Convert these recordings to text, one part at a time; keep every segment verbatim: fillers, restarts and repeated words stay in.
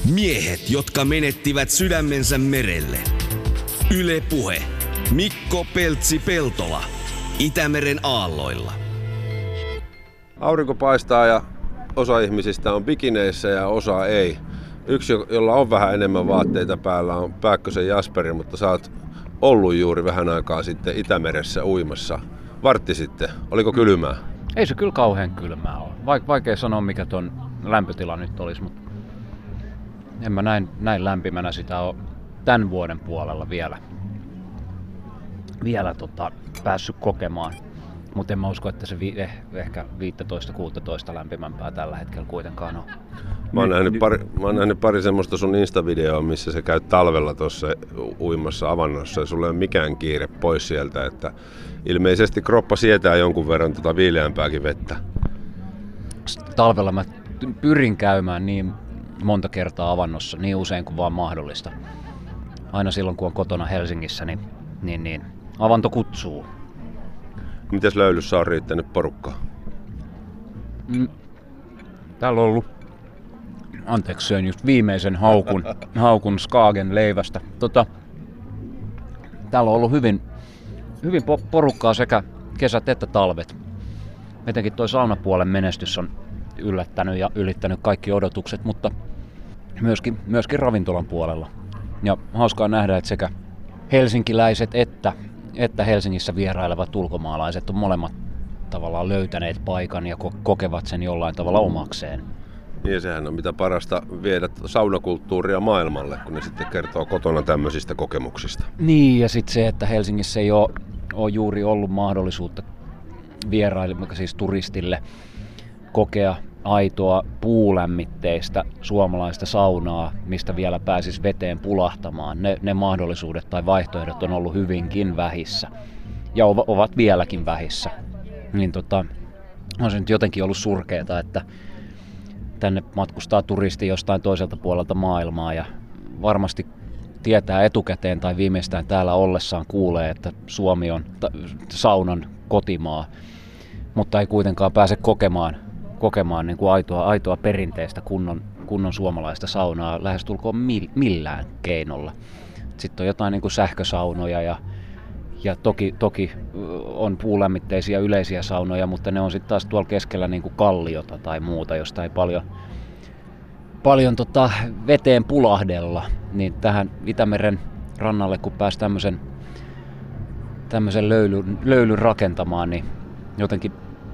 Miehet, jotka menettivät sydämensä merelle. Yle Puhe. Mikko Peltsi-Peltola. Itämeren aalloilla. Aurinko paistaa ja osa ihmisistä on bikineissä ja osa ei. Yksi, jolla on vähän enemmän vaatteita päällä, on Pääkkösen Jasperi, mutta sä oot ollut juuri vähän aikaa sitten Itämeressä uimassa. Vartti sitten. Oliko kylmää? Ei se kyllä kauhean kylmää ole. Vaik- vaikea sanoa, mikä ton lämpötila nyt olisi, mutta en mä näin, näin lämpimänä sitä ole tämän vuoden puolella vielä, vielä tota, päässyt kokemaan. Mutta en mä usko, että se vi- eh, ehkä viisitoista kuusitoista lämpimämpää tällä hetkellä kuitenkaan on. Mä oon, nähnyt pari, mä oon nähnyt pari semmoista sun Insta-videoa, missä sä käyt talvella tuossa uimassa avannossa ja sulla ei ole mikään kiire pois sieltä, että ilmeisesti kroppa sietää jonkun verran tota viileämpääkin vettä. Talvella mä pyrin käymään niin monta kertaa avannossa, niin usein kuin vaan mahdollista. Aina silloin, kun on kotona Helsingissä, niin, niin, niin avanto kutsuu. Mites löylyssä on riittänyt porukkaa? Mm. Täällä on ollut, anteeksi, söin just viimeisen haukun, haukun Skagen leivästä. Tota, täällä on ollut hyvin, hyvin porukkaa sekä kesät että talvet. Etenkin toi saunapuolen menestys on yllättänyt ja ylittänyt kaikki odotukset, mutta myöskin, myöskin ravintolan puolella. Ja hauskaa nähdä, että sekä helsinkiläiset että, että Helsingissä vierailevat ulkomaalaiset on molemmat tavallaan löytäneet paikan ja ko- kokevat sen jollain tavalla omakseen. Niin, sehän on mitä parasta viedä saunakulttuuria maailmalle, kun ne sitten kertoo kotona tämmöisistä kokemuksista. Niin, ja sitten se, että Helsingissä ei ole, ole juuri ollut mahdollisuutta vieraille, siis turistille, kokea aitoa puulämmitteistä suomalaista saunaa, mistä vielä pääsisi veteen pulahtamaan. Ne, ne mahdollisuudet tai vaihtoehdot on ollut hyvinkin vähissä ja ovat vieläkin vähissä. Niin tota, on se nyt jotenkin ollut surkeeta, että tänne matkustaa turisti jostain toiselta puolelta maailmaa ja varmasti tietää etukäteen tai viimeistään täällä ollessaan kuulee, että Suomi on ta- saunan kotimaa, mutta ei kuitenkaan pääse kokemaan kokemaan niin kuin aitoa, aitoa perinteistä kunnon, kunnon suomalaista saunaa lähestulkoon millään keinolla. Sitten on jotain niin kuin sähkösaunoja ja, ja toki, toki on puulämmitteisiä yleisiä saunoja, mutta ne on sitten taas tuolla keskellä niin kuin kalliota tai muuta, josta ei paljon, paljon tota veteen pulahdella. Niin tähän Itämeren rannalle, kun pääsi tämmöisen, tämmöisen löylyn, löylyn rakentamaan, niin jotenkin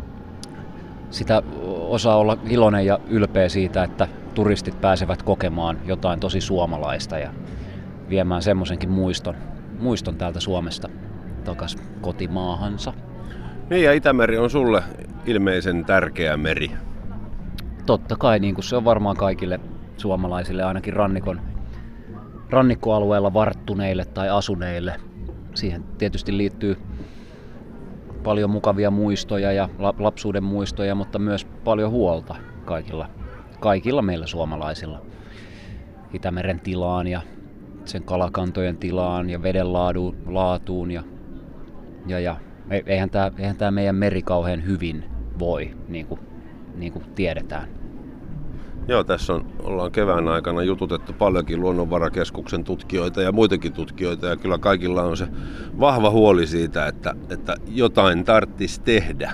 sitä osaa olla iloinen ja ylpeä siitä, että turistit pääsevät kokemaan jotain tosi suomalaista ja viemään semmoisenkin muiston, muiston täältä Suomesta takas kotimaahansa. Niin, ja Itämeri on sulle ilmeisen tärkeä meri. Totta kai, niin kuin se on varmaan kaikille suomalaisille, ainakin rannikon, rannikkoalueella varttuneille tai asuneille. Siihen tietysti liittyy paljon mukavia muistoja ja lapsuuden muistoja, mutta myös paljon huolta kaikilla, kaikilla meillä suomalaisilla. Itämeren tilaan ja sen kalakantojen tilaan ja veden laatuun, laatuun ja, ja, ja eihän tämä eihän tää meidän meri kauhean hyvin voi, niin kuin, niin kuin tiedetään. Joo, tässä on, ollaan kevään aikana jututettu paljonkin Luonnonvarakeskuksen tutkijoita ja muitakin tutkijoita, ja kyllä kaikilla on se vahva huoli siitä, että, että jotain tarvitsisi tehdä.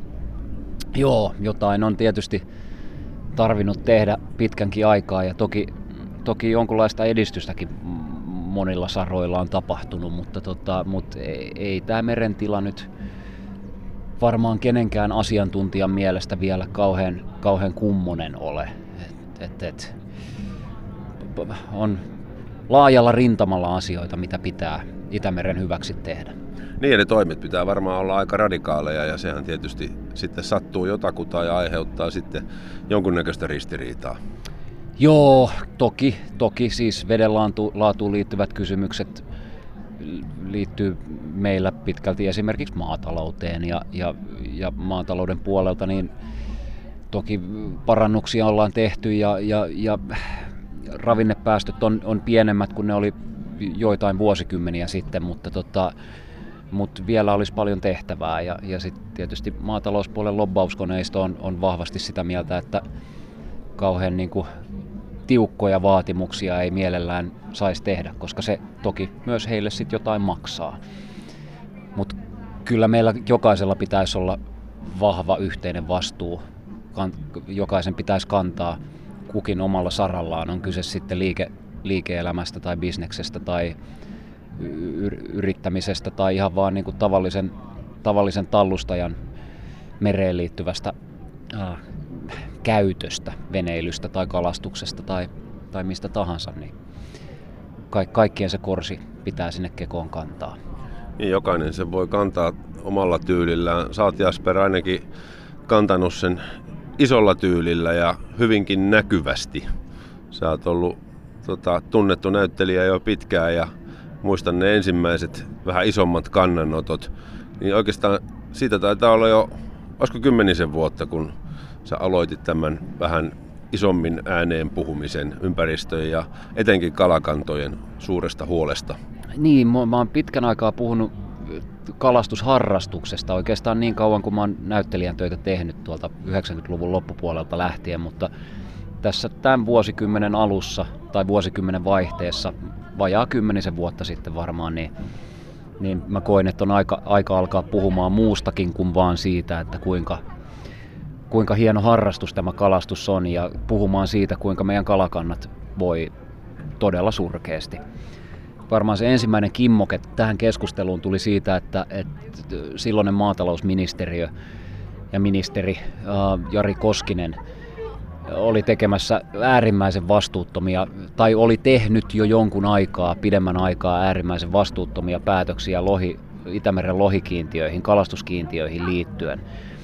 Joo, jotain on tietysti tarvinnut tehdä pitkänkin aikaa, ja toki, toki jonkunlaista edistystäkin monilla saroilla on tapahtunut, mutta, tota, mutta ei, ei tämä merentila nyt varmaan kenenkään asiantuntijan mielestä vielä kauhean, kauhean kummonen ole. Et, et, on laajalla rintamalla asioita, mitä pitää Itämeren hyväksi tehdä. Niin, eli toimet pitää varmaan olla aika radikaaleja, ja sehän tietysti sitten sattuu jotakuta ja aiheuttaa sitten jonkunnäköistä ristiriitaa. Joo, toki, toki siis veden laatuun liittyvät kysymykset liittyy meillä pitkälti esimerkiksi maatalouteen ja, ja, ja maatalouden puolelta niin toki parannuksia ollaan tehty ja, ja, ja ravinnepäästöt on, on pienemmät kuin ne oli joitain vuosikymmeniä sitten, mutta, tota, mutta vielä olisi paljon tehtävää ja, ja sitten tietysti maatalouspuolen lobbauskoneisto on, on vahvasti sitä mieltä, että kauhean niin kuin tiukkoja vaatimuksia ei mielellään saisi tehdä, koska se toki myös heille sitten jotain maksaa. Mutta kyllä meillä jokaisella pitäisi olla vahva yhteinen vastuu. Jokaisen pitäisi kantaa kukin omalla sarallaan, on kyse sitten liike, liike-elämästä tai bisneksestä tai yrittämisestä tai ihan vaan niin kuin tavallisen, tavallisen tallustajan mereen liittyvästä äh, käytöstä, veneilystä tai kalastuksesta tai, tai mistä tahansa, niin ka- kaikkien se korsi pitää sinne kekoon kantaa. Niin, jokainen se voi kantaa omalla tyylillään. Sä oot, Jasper, ainakin kantanut sen isolla tyylillä ja hyvinkin näkyvästi. Sä oot ollut tota, tunnettu näyttelijä jo pitkään ja muistan ne ensimmäiset vähän isommat kannanotot. Niin oikeastaan siitä taitaa olla jo, olisiko kymmenisen vuotta, kun sä aloitit tämän vähän isommin ääneen puhumisen ympäristön ja etenkin kalakantojen suuresta huolesta. Niin, mä oon pitkän aikaa puhunut kalastusharrastuksesta oikeastaan niin kauan kuin mä oon näyttelijän töitä tehnyt tuolta yhdeksänkymmentäluvun loppupuolelta lähtien, mutta tässä tämän vuosikymmenen alussa tai vuosikymmenen vaihteessa, vajaa kymmenisen vuotta sitten varmaan, niin, niin mä koin, että on aika, aika alkaa puhumaan muustakin kuin vaan siitä, että kuinka, kuinka hieno harrastus tämä kalastus on ja puhumaan siitä, kuinka meidän kalakannat voi todella surkeasti. Varmaan se ensimmäinen kimmoke tähän keskusteluun tuli siitä, että, että silloinen maatalousministeriö ja ministeri Jari Koskinen oli tekemässä äärimmäisen vastuuttomia, tai oli tehnyt jo jonkun aikaa, pidemmän aikaa äärimmäisen vastuuttomia päätöksiä lohi, Itämeren lohikiintiöihin, kalastuskiintiöihin liittyen.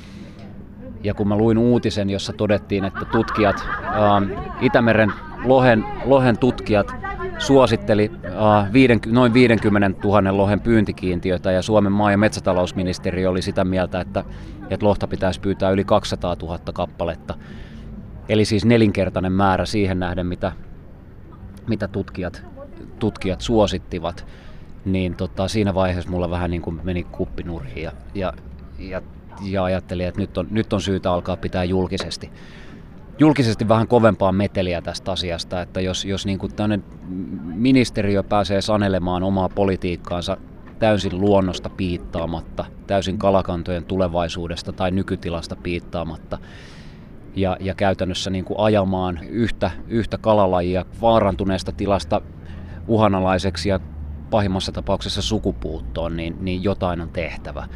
Ja kun mä luin uutisen, jossa todettiin, että tutkijat, ää, Itämeren lohen, lohen tutkijat suositteli ää, viiden, noin viisikymmentätuhatta lohen pyyntikiintiötä ja Suomen maa- ja metsätalousministeriö oli sitä mieltä, että, että lohta pitäisi pyytää yli kaksisataatuhatta kappaletta. Eli siis nelinkertainen määrä siihen nähden, mitä, mitä tutkijat, tutkijat suosittivat. Niin tota, siinä vaiheessa mulla vähän niin kuin meni kuppi nurhiin ja, ja, ja, ja ajattelin, että nyt on, nyt on syytä alkaa pitää julkisesti. Julkisesti vähän kovempaa meteliä tästä asiasta, että jos, jos niin kuin tämmöinen ministeriö pääsee sanelemaan omaa politiikkaansa täysin luonnosta piittaamatta, täysin kalakantojen tulevaisuudesta tai nykytilasta piittaamatta, ja, ja käytännössä niin kuin ajamaan yhtä, yhtä kalalajia vaarantuneesta tilasta uhanalaiseksi ja pahimmassa tapauksessa sukupuuttoon, niin, niin jotain on tehtävä.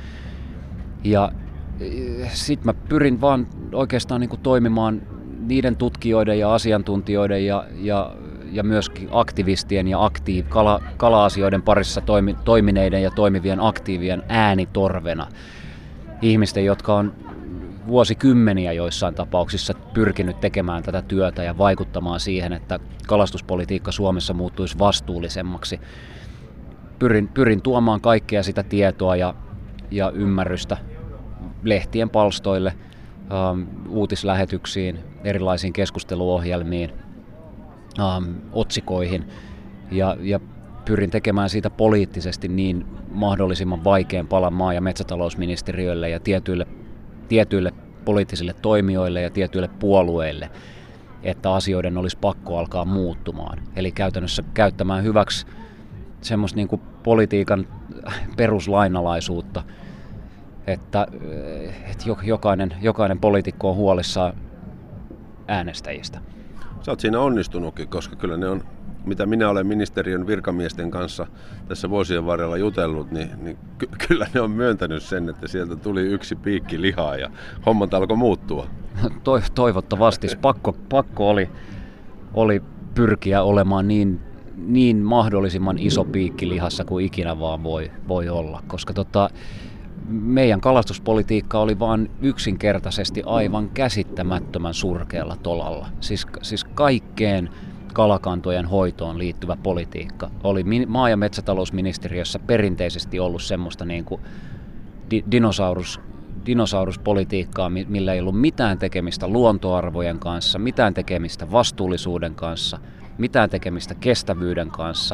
Ja sitten mä pyrin vaan oikeastaan niin kuin toimimaan niiden tutkijoiden ja asiantuntijoiden ja, ja, ja myöskin aktivistien ja aktiiv, kala, kala-asioiden parissa toimi, toimineiden ja toimivien aktiivien äänitorvena. Ihmisten, jotka on vuosikymmeniä joissain tapauksissa pyrkinyt tekemään tätä työtä ja vaikuttamaan siihen, että kalastuspolitiikka Suomessa muuttuisi vastuullisemmaksi. Pyrin, pyrin tuomaan kaikkea sitä tietoa ja, ja ymmärrystä lehtien palstoille, ähm, uutislähetyksiin, erilaisiin keskusteluohjelmiin, ähm, otsikoihin ja, ja pyrin tekemään siitä poliittisesti niin mahdollisimman vaikean palan maa- ja metsätalousministeriölle ja tietyille, tietyille poliittisille toimijoille ja tietyille puolueille, että asioiden olisi pakko alkaa muuttumaan. Eli käytännössä käyttämään hyväksi semmoista niin kuin politiikan peruslainalaisuutta, että, että jokainen, jokainen poliitikko on huolissaan äänestäjistä. Sä oot siinä onnistunutkin, koska kyllä ne on, mitä minä olen ministeriön virkamiesten kanssa tässä vuosien varrella jutellut, niin, niin ky- kyllä ne on myöntänyt sen, että sieltä tuli yksi piikki lihaa ja hommat alkoi muuttua. Toivottavasti. Pakko, pakko oli, oli pyrkiä olemaan niin, niin mahdollisimman iso piikki lihassa kuin ikinä vaan voi, voi olla, koska tota, meidän kalastuspolitiikka oli vaan yksinkertaisesti aivan käsittämättömän surkealla tolalla. Siis, siis kaikkeen kalakantojen hoitoon liittyvä politiikka oli maa- ja metsätalousministeriössä perinteisesti ollut semmoista niin kuin di- dinosaurus, dinosauruspolitiikkaa, millä ei ollut mitään tekemistä luontoarvojen kanssa, mitään tekemistä vastuullisuuden kanssa, mitään tekemistä kestävyyden kanssa,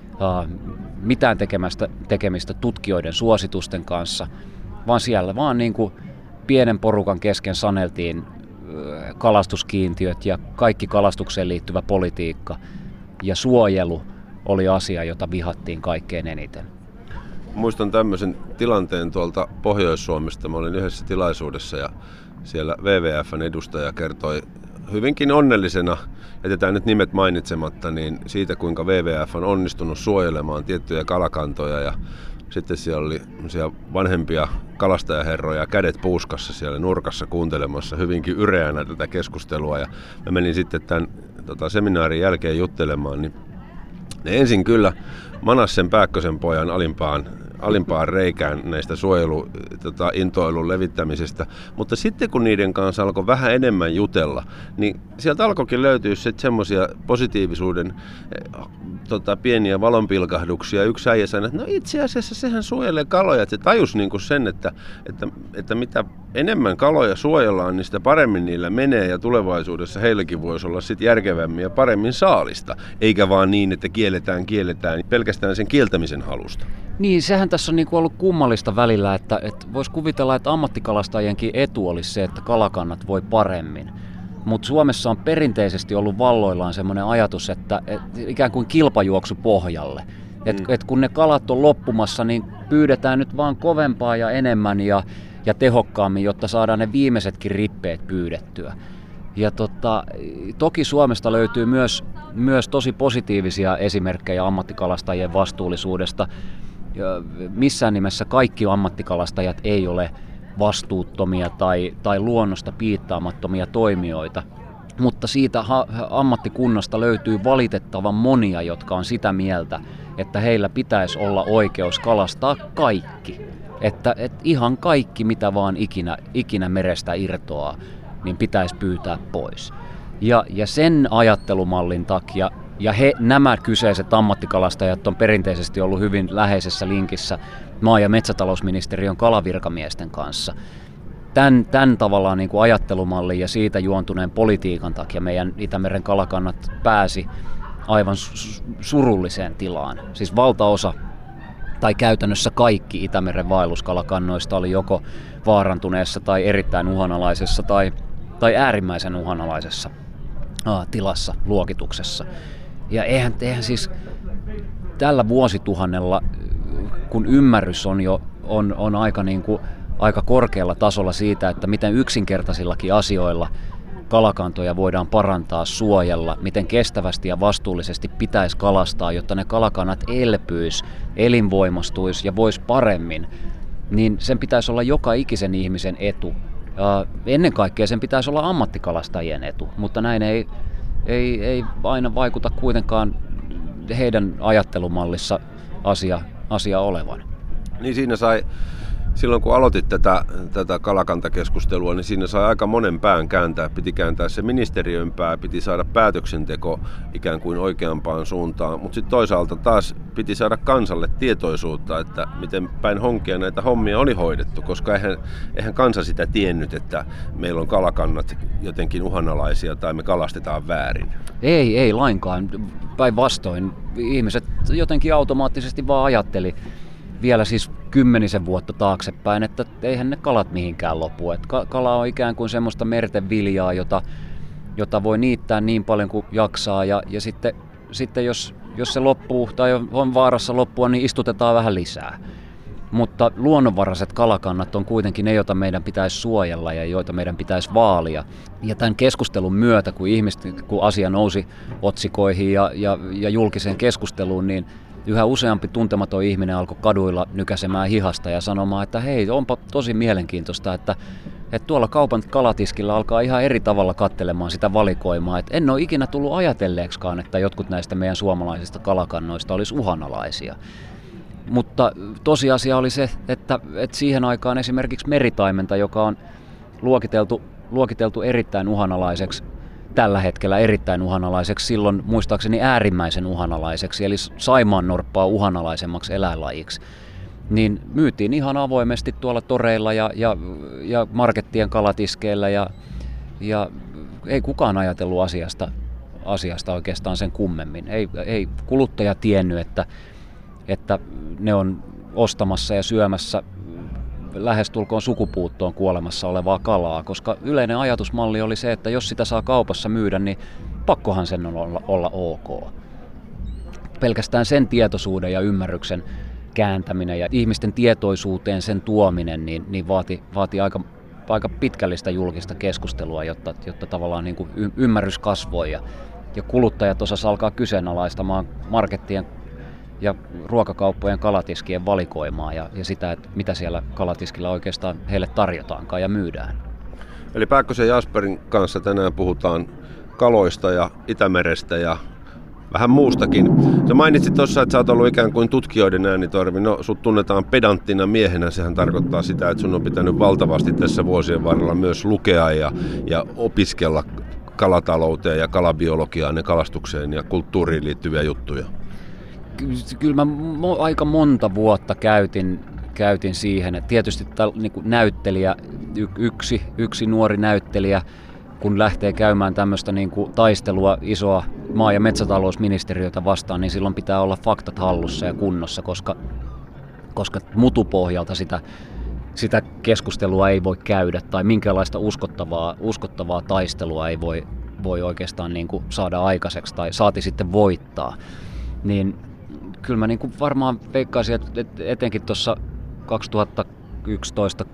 mitään tekemistä, tekemistä tutkijoiden suositusten kanssa, vaan siellä vaan niin kuin pienen porukan kesken saneltiin kalastuskiintiöt ja kaikki kalastukseen liittyvä politiikka ja suojelu oli asia, jota vihattiin kaikkein eniten. Muistan tämmöisen tilanteen tuolta Pohjois-Suomesta. Mä olin yhdessä tilaisuudessa ja siellä W W F:n edustaja kertoi hyvinkin onnellisena, jätetään nyt nimet mainitsematta, niin siitä kuinka W W F on onnistunut suojelemaan tiettyjä kalakantoja ja sitten siellä oli vanhempia kalastajaherroja kädet puuskassa siellä nurkassa kuuntelemassa hyvinkin yreänä tätä keskustelua ja mä menin sitten tämän tota, seminaarin jälkeen juttelemaan, niin ne ensin kyllä manas sen Pääkkösen pojan alimpaan, alimpaan reikään näistä suojeluintoilun tota, levittämisestä, mutta sitten kun niiden kanssa alkoi vähän enemmän jutella, niin sieltä alkoikin löytyä sitten semmoisia positiivisuuden tota, pieniä valonpilkahduksia. Yksi äijä sanoi, että no itse asiassa sehän suojelee kaloja, että se tajusi niinku sen, että, että, että mitä enemmän kaloja suojellaan, niin sitä paremmin niillä menee ja tulevaisuudessa heilläkin voisi olla sitten järkevämmin ja paremmin saalista, eikä vaan niin, että kielletään, kielletään pelkästään sen kieltämisen halusta. Niin, sehän tässä on niinku ollut kummallista välillä, että, että voisi kuvitella, että ammattikalastajienkin etu olisi se, että kalakannat voi paremmin. Mutta Suomessa on perinteisesti ollut valloillaan semmoinen ajatus, että, että ikään kuin kilpajuoksu pohjalle. Että mm. et kun ne kalat on loppumassa, niin pyydetään nyt vaan kovempaa ja enemmän ja, ja tehokkaammin, jotta saadaan ne viimeisetkin rippeet pyydettyä. Ja tota, toki Suomesta löytyy myös, myös tosi positiivisia esimerkkejä ammattikalastajien vastuullisuudesta. Ja missään nimessä kaikki ammattikalastajat ei ole vastuuttomia tai, tai luonnosta piittaamattomia toimijoita, mutta siitä ha- ammattikunnasta löytyy valitettavan monia, jotka on sitä mieltä, että heillä pitäisi olla oikeus kalastaa kaikki. Että, että ihan kaikki, mitä vaan ikinä, ikinä merestä irtoaa, niin pitäisi pyytää pois. Ja, ja sen ajattelumallin takia, ja he, nämä kyseiset ammattikalastajat on perinteisesti ollut hyvin läheisessä linkissä maa- ja metsätalousministeriön kalavirkamiesten kanssa. Tämän, tämän tavallaan niin kuin ajattelumallin ja siitä juontuneen politiikan takia meidän Itämeren kalakannat pääsi aivan surulliseen tilaan. Siis valtaosa tai käytännössä kaikki Itämeren vaelluskalakannoista oli joko vaarantuneessa tai erittäin uhanalaisessa tai, tai äärimmäisen uhanalaisessa aa, tilassa, luokituksessa. Ja eihän, eihän siis tällä vuosituhannella, kun ymmärrys on jo on, on aika, niin kuin, aika korkealla tasolla siitä, että miten yksinkertaisillakin asioilla kalakantoja voidaan parantaa, suojella, miten kestävästi ja vastuullisesti pitäisi kalastaa, jotta ne kalakannat elpyis, elinvoimastuisi ja vois paremmin, niin sen pitäisi olla joka ikisen ihmisen etu. Ja ennen kaikkea sen pitäisi olla ammattikalastajien etu, mutta näin ei, ei, ei aina vaikuta kuitenkaan heidän ajattelumallissa asia, asia olevan. Niin siinä sai, silloin kun aloitit tätä, tätä kalakantakeskustelua, niin siinä sai aika monen pään kääntää. Piti kääntää se ministeriön pää, piti saada päätöksenteko ikään kuin oikeampaan suuntaan, mutta sitten toisaalta taas piti saada kansalle tietoisuutta, että miten päin honkia näitä hommia oli hoidettu, koska eihän, eihän kansa sitä tiennyt, että meillä on kalakannat jotenkin uhanalaisia tai me kalastetaan väärin. Ei, ei lainkaan. Päinvastoin ihmiset jotenkin automaattisesti vaan ajatteli, vielä siis kymmenisen vuotta taaksepäin, että eihän ne kalat mihinkään lopu. Et kala on ikään kuin semmoista merten viljaa, jota, jota voi niittää niin paljon kuin jaksaa. Ja, ja sitten, sitten jos, jos se loppuu tai on vaarassa loppua, niin istutetaan vähän lisää. Mutta luonnonvaraiset kalakannat on kuitenkin ne, joita meidän pitäisi suojella ja joita meidän pitäisi vaalia. Ja tämän keskustelun myötä, kun, ihmiset, kun asia nousi otsikoihin ja, ja, ja julkiseen keskusteluun, niin yhä useampi tuntematon ihminen alkoi kaduilla nykäsemään hihasta ja sanomaan, että hei, onpa tosi mielenkiintoista, että, että tuolla kaupan kalatiskillä alkaa ihan eri tavalla katselemaan sitä valikoimaa. Että en ole ikinä tullut ajatelleeksikaan, että jotkut näistä meidän suomalaisista kalakannoista olisi uhanalaisia. Mutta tosiasia oli se, että, että siihen aikaan esimerkiksi meritaimenta, joka on luokiteltu, luokiteltu erittäin uhanalaiseksi, tällä hetkellä erittäin uhanalaiseksi, silloin muistaakseni äärimmäisen uhanalaiseksi, eli saimaannorppaa uhanalaisemmaksi eläinlajiksi, niin myytiin ihan avoimesti tuolla toreilla ja, ja, ja markettien kalatiskeillä, ja, ja ei kukaan ajatellut asiasta, asiasta oikeastaan sen kummemmin. Ei, ei kuluttaja tiennyt, että, että ne on ostamassa ja syömässä lähestulkoon sukupuuttoon kuolemassa olevaa kalaa, koska yleinen ajatusmalli oli se, että jos sitä saa kaupassa myydä, niin pakkohan sen on olla, olla ok. Pelkästään sen tietoisuuden ja ymmärryksen kääntäminen ja ihmisten tietoisuuteen sen tuominen niin, niin vaati, vaati aika, aika pitkällistä julkista keskustelua, jotta, jotta tavallaan niin kuin y- ymmärrys kasvoi ja, ja kuluttajat osas alkaa kyseenalaistamaan markettien ja ruokakauppojen kalatiskien valikoimaa ja, ja sitä, että mitä siellä kalatiskillä oikeastaan heille tarjotaankaan ja myydään. Eli Pääkkösen ja Jasperin kanssa tänään puhutaan kaloista ja Itämerestä ja vähän muustakin. Sä mainitsit tuossa, että sä oot ollut ikään kuin tutkijoiden äänitorvi. No, sut tunnetaan pedanttina miehenä. Sehän tarkoittaa sitä, että sun on pitänyt valtavasti tässä vuosien varrella myös lukea ja, ja opiskella kalatalouteen ja kalabiologiaan ja kalastukseen ja kulttuuriin liittyviä juttuja. Kyllä mä mo- aika monta vuotta käytin, käytin siihen, että tietysti täl, niin kuin näyttelijä, y- yksi, yksi nuori näyttelijä, kun lähtee käymään tämmöistä niin kuin taistelua isoa maa- ja metsätalousministeriötä vastaan, niin silloin pitää olla faktat hallussa ja kunnossa, koska, koska mutupohjalta sitä, sitä keskustelua ei voi käydä tai minkäänlaista uskottavaa, uskottavaa taistelua ei voi, voi oikeastaan niin kuin saada aikaiseksi tai saati sitten voittaa. Niin kyllä mä niin kuin varmaan veikkaisin, että etenkin tuossa kaksituhattayksitoista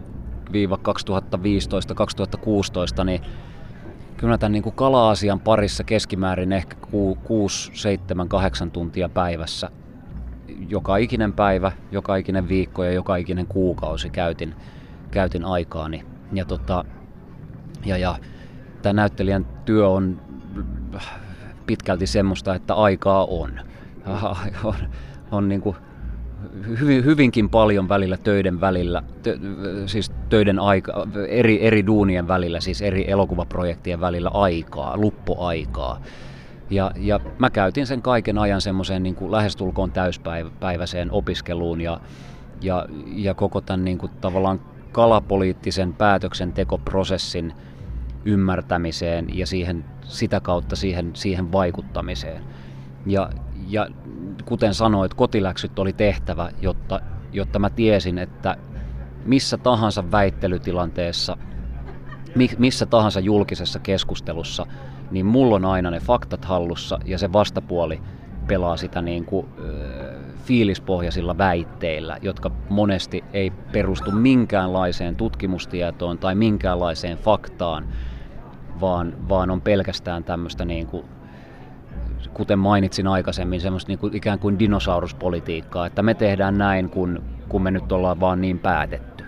kaksituhattaviisitoista kaksituhattakuusitoista, niin kyllä tämän niin kuin kala-asian parissa keskimäärin ehkä kuusi, seitsemän, kahdeksan tuntia päivässä. Joka ikinen päivä, joka ikinen viikko ja joka ikinen kuukausi käytin, käytin aikaani. Ja, tota, ja, ja tämä näyttelijän työ on pitkälti semmoista, että aikaa on. on, on niin kuin hyvin, hyvinkin paljon välillä töiden välillä, tö, siis töiden aika, eri, eri duunien välillä, siis eri elokuvaprojektien välillä aikaa, luppoaikaa. Ja, ja mä käytin sen kaiken ajan semmoiseen niin kuin lähestulkoon täyspäiväiseen opiskeluun ja, ja, ja koko tämän niin kuin tavallaan kalapoliittisen päätöksentekoprosessin ymmärtämiseen ja siihen, sitä kautta siihen, siihen vaikuttamiseen. Ja, ja kuten sanoit, kotiläksyt oli tehtävä, jotta, jotta mä tiesin, että missä tahansa väittelytilanteessa, missä tahansa julkisessa keskustelussa, niin mulla on aina ne faktat hallussa ja se vastapuoli pelaa sitä niin kuin, äh, fiilispohjaisilla väitteillä, jotka monesti ei perustu minkäänlaiseen tutkimustietoon tai minkäänlaiseen faktaan, vaan, vaan on pelkästään tämmöistä, niin kuin, kuten mainitsin aikaisemmin, semmoista niin kuin ikään kuin dinosauruspolitiikkaa, että me tehdään näin, kun, kun me nyt ollaan vaan niin päätetty.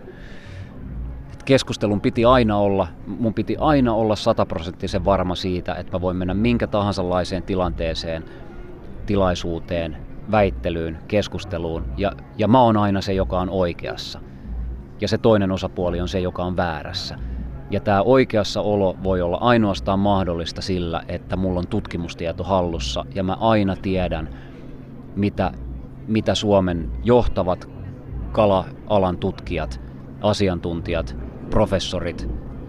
Keskustelun piti aina olla, mun piti aina olla sataprosenttisen varma siitä, että mä voin mennä minkä tahansa-laiseen tilanteeseen, tilaisuuteen, väittelyyn, keskusteluun, ja, ja mä oon aina se, joka on oikeassa. Ja se toinen osapuoli on se, joka on väärässä. Ja tämä oikeassa olo voi olla ainoastaan mahdollista sillä, että mulla on tutkimustieto hallussa, ja mä aina tiedän, mitä, mitä Suomen johtavat kala-alan tutkijat, asiantuntijat, professorit,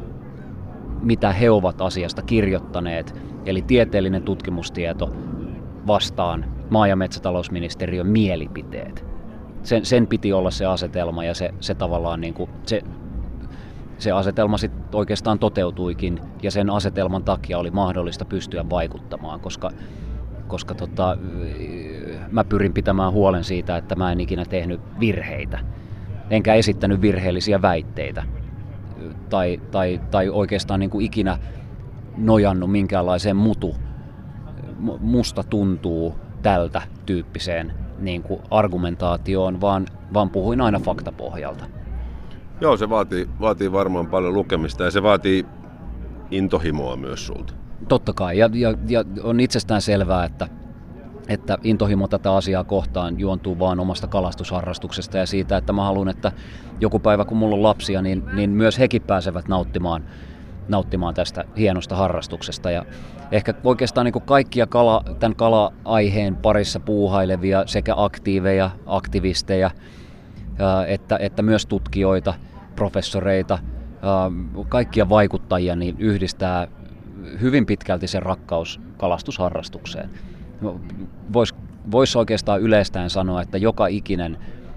mitä he ovat asiasta kirjoittaneet, eli tieteellinen tutkimustieto vastaan maa- ja metsätalousministeriön mielipiteet. Sen, sen piti olla se asetelma ja se, se tavallaan niin kuin, se, se asetelma sit oikeastaan toteutuikin ja sen asetelman takia oli mahdollista pystyä vaikuttamaan, koska, koska tota, mä pyrin pitämään huolen siitä, että mä en ikinä tehnyt virheitä. Enkä esittänyt virheellisiä väitteitä tai, tai, tai oikeastaan niin kuin ikinä nojannut minkäänlaiseen mutu, musta tuntuu tältä tyyppiseen niin kuin argumentaatioon, vaan, vaan puhuin aina faktapohjalta. Joo, se vaatii, vaatii varmaan paljon lukemista ja se vaatii intohimoa myös sulta. Totta kai, ja, ja, ja on itsestään selvää, että että intohimo tätä asiaa kohtaan juontuu vaan omasta kalastusharrastuksesta ja siitä, että mä haluan, että joku päivä kun mulla on lapsia, niin, niin myös hekin pääsevät nauttimaan, nauttimaan tästä hienosta harrastuksesta. Ja ehkä oikeastaan niin kuin kaikkia kala, tämän kala-aiheen parissa puuhailevia sekä aktiiveja, aktivisteja, että, että myös tutkijoita, professoreita, kaikkia vaikuttajia niin yhdistää hyvin pitkälti se rakkaus kalastusharrastukseen. Voisi vois oikeastaan yleistään sanoa, että joka ikinen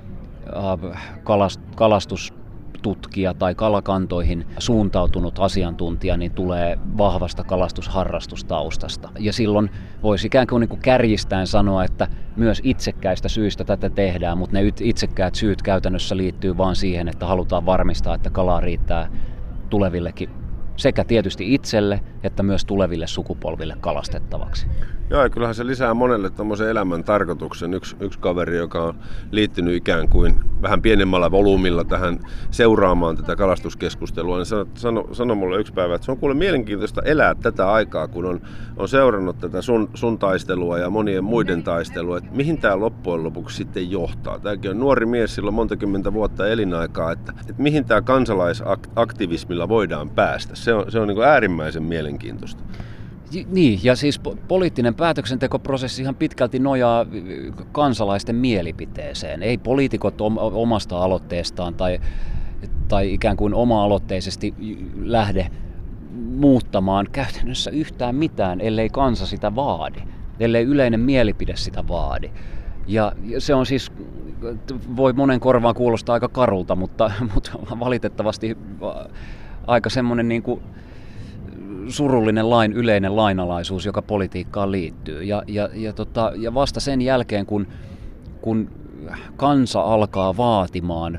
kalastustutkija tai kalakantoihin suuntautunut asiantuntija niin tulee vahvasta kalastusharrastustaustasta. Ja silloin voisi ikään kuin, niin kuin kärjistäen sanoa, että myös itsekkäistä syistä tätä tehdään, mutta ne itsekkäät syyt käytännössä liittyy vain siihen, että halutaan varmistaa, että kalaa riittää tulevillekin sekä tietysti itselle että myös tuleville sukupolville kalastettavaksi. Joo, ja kyllähän se lisää monelle tämmöisen elämän tarkoituksen. Yksi, yksi kaveri, joka on liittynyt ikään kuin vähän pienemmällä volyymilla tähän seuraamaan tätä kalastuskeskustelua, niin sanoi sano, sano mulle yksi päivä, että se on kuule mielenkiintoista elää tätä aikaa, kun on, on seurannut tätä sun, sun taistelua ja monien muiden taistelua, että mihin tämä loppujen lopuksi sitten johtaa. Tämäkin on nuori mies, sillä on monta kymmentä vuotta elinaikaa, että, että mihin tämä kansalaisaktivismilla voidaan päästä. Se on, se on niin kuin äärimmäisen mielenkiintoista. Niin, ja siis poliittinen päätöksentekoprosessihan pitkälti nojaa kansalaisten mielipiteeseen. Ei poliitikot omasta aloitteestaan tai, tai ikään kuin oma-aloitteisesti lähde muuttamaan käytännössä yhtään mitään, ellei kansa sitä vaadi, ellei yleinen mielipide sitä vaadi. Ja se on siis, voi monen korvaan kuulostaa aika karulta, mutta, mutta valitettavasti aika semmoinen niin kuin surullinen lain, yleinen lainalaisuus, joka politiikkaan liittyy. Ja, ja, ja, tota, ja vasta sen jälkeen, kun, kun kansa alkaa vaatimaan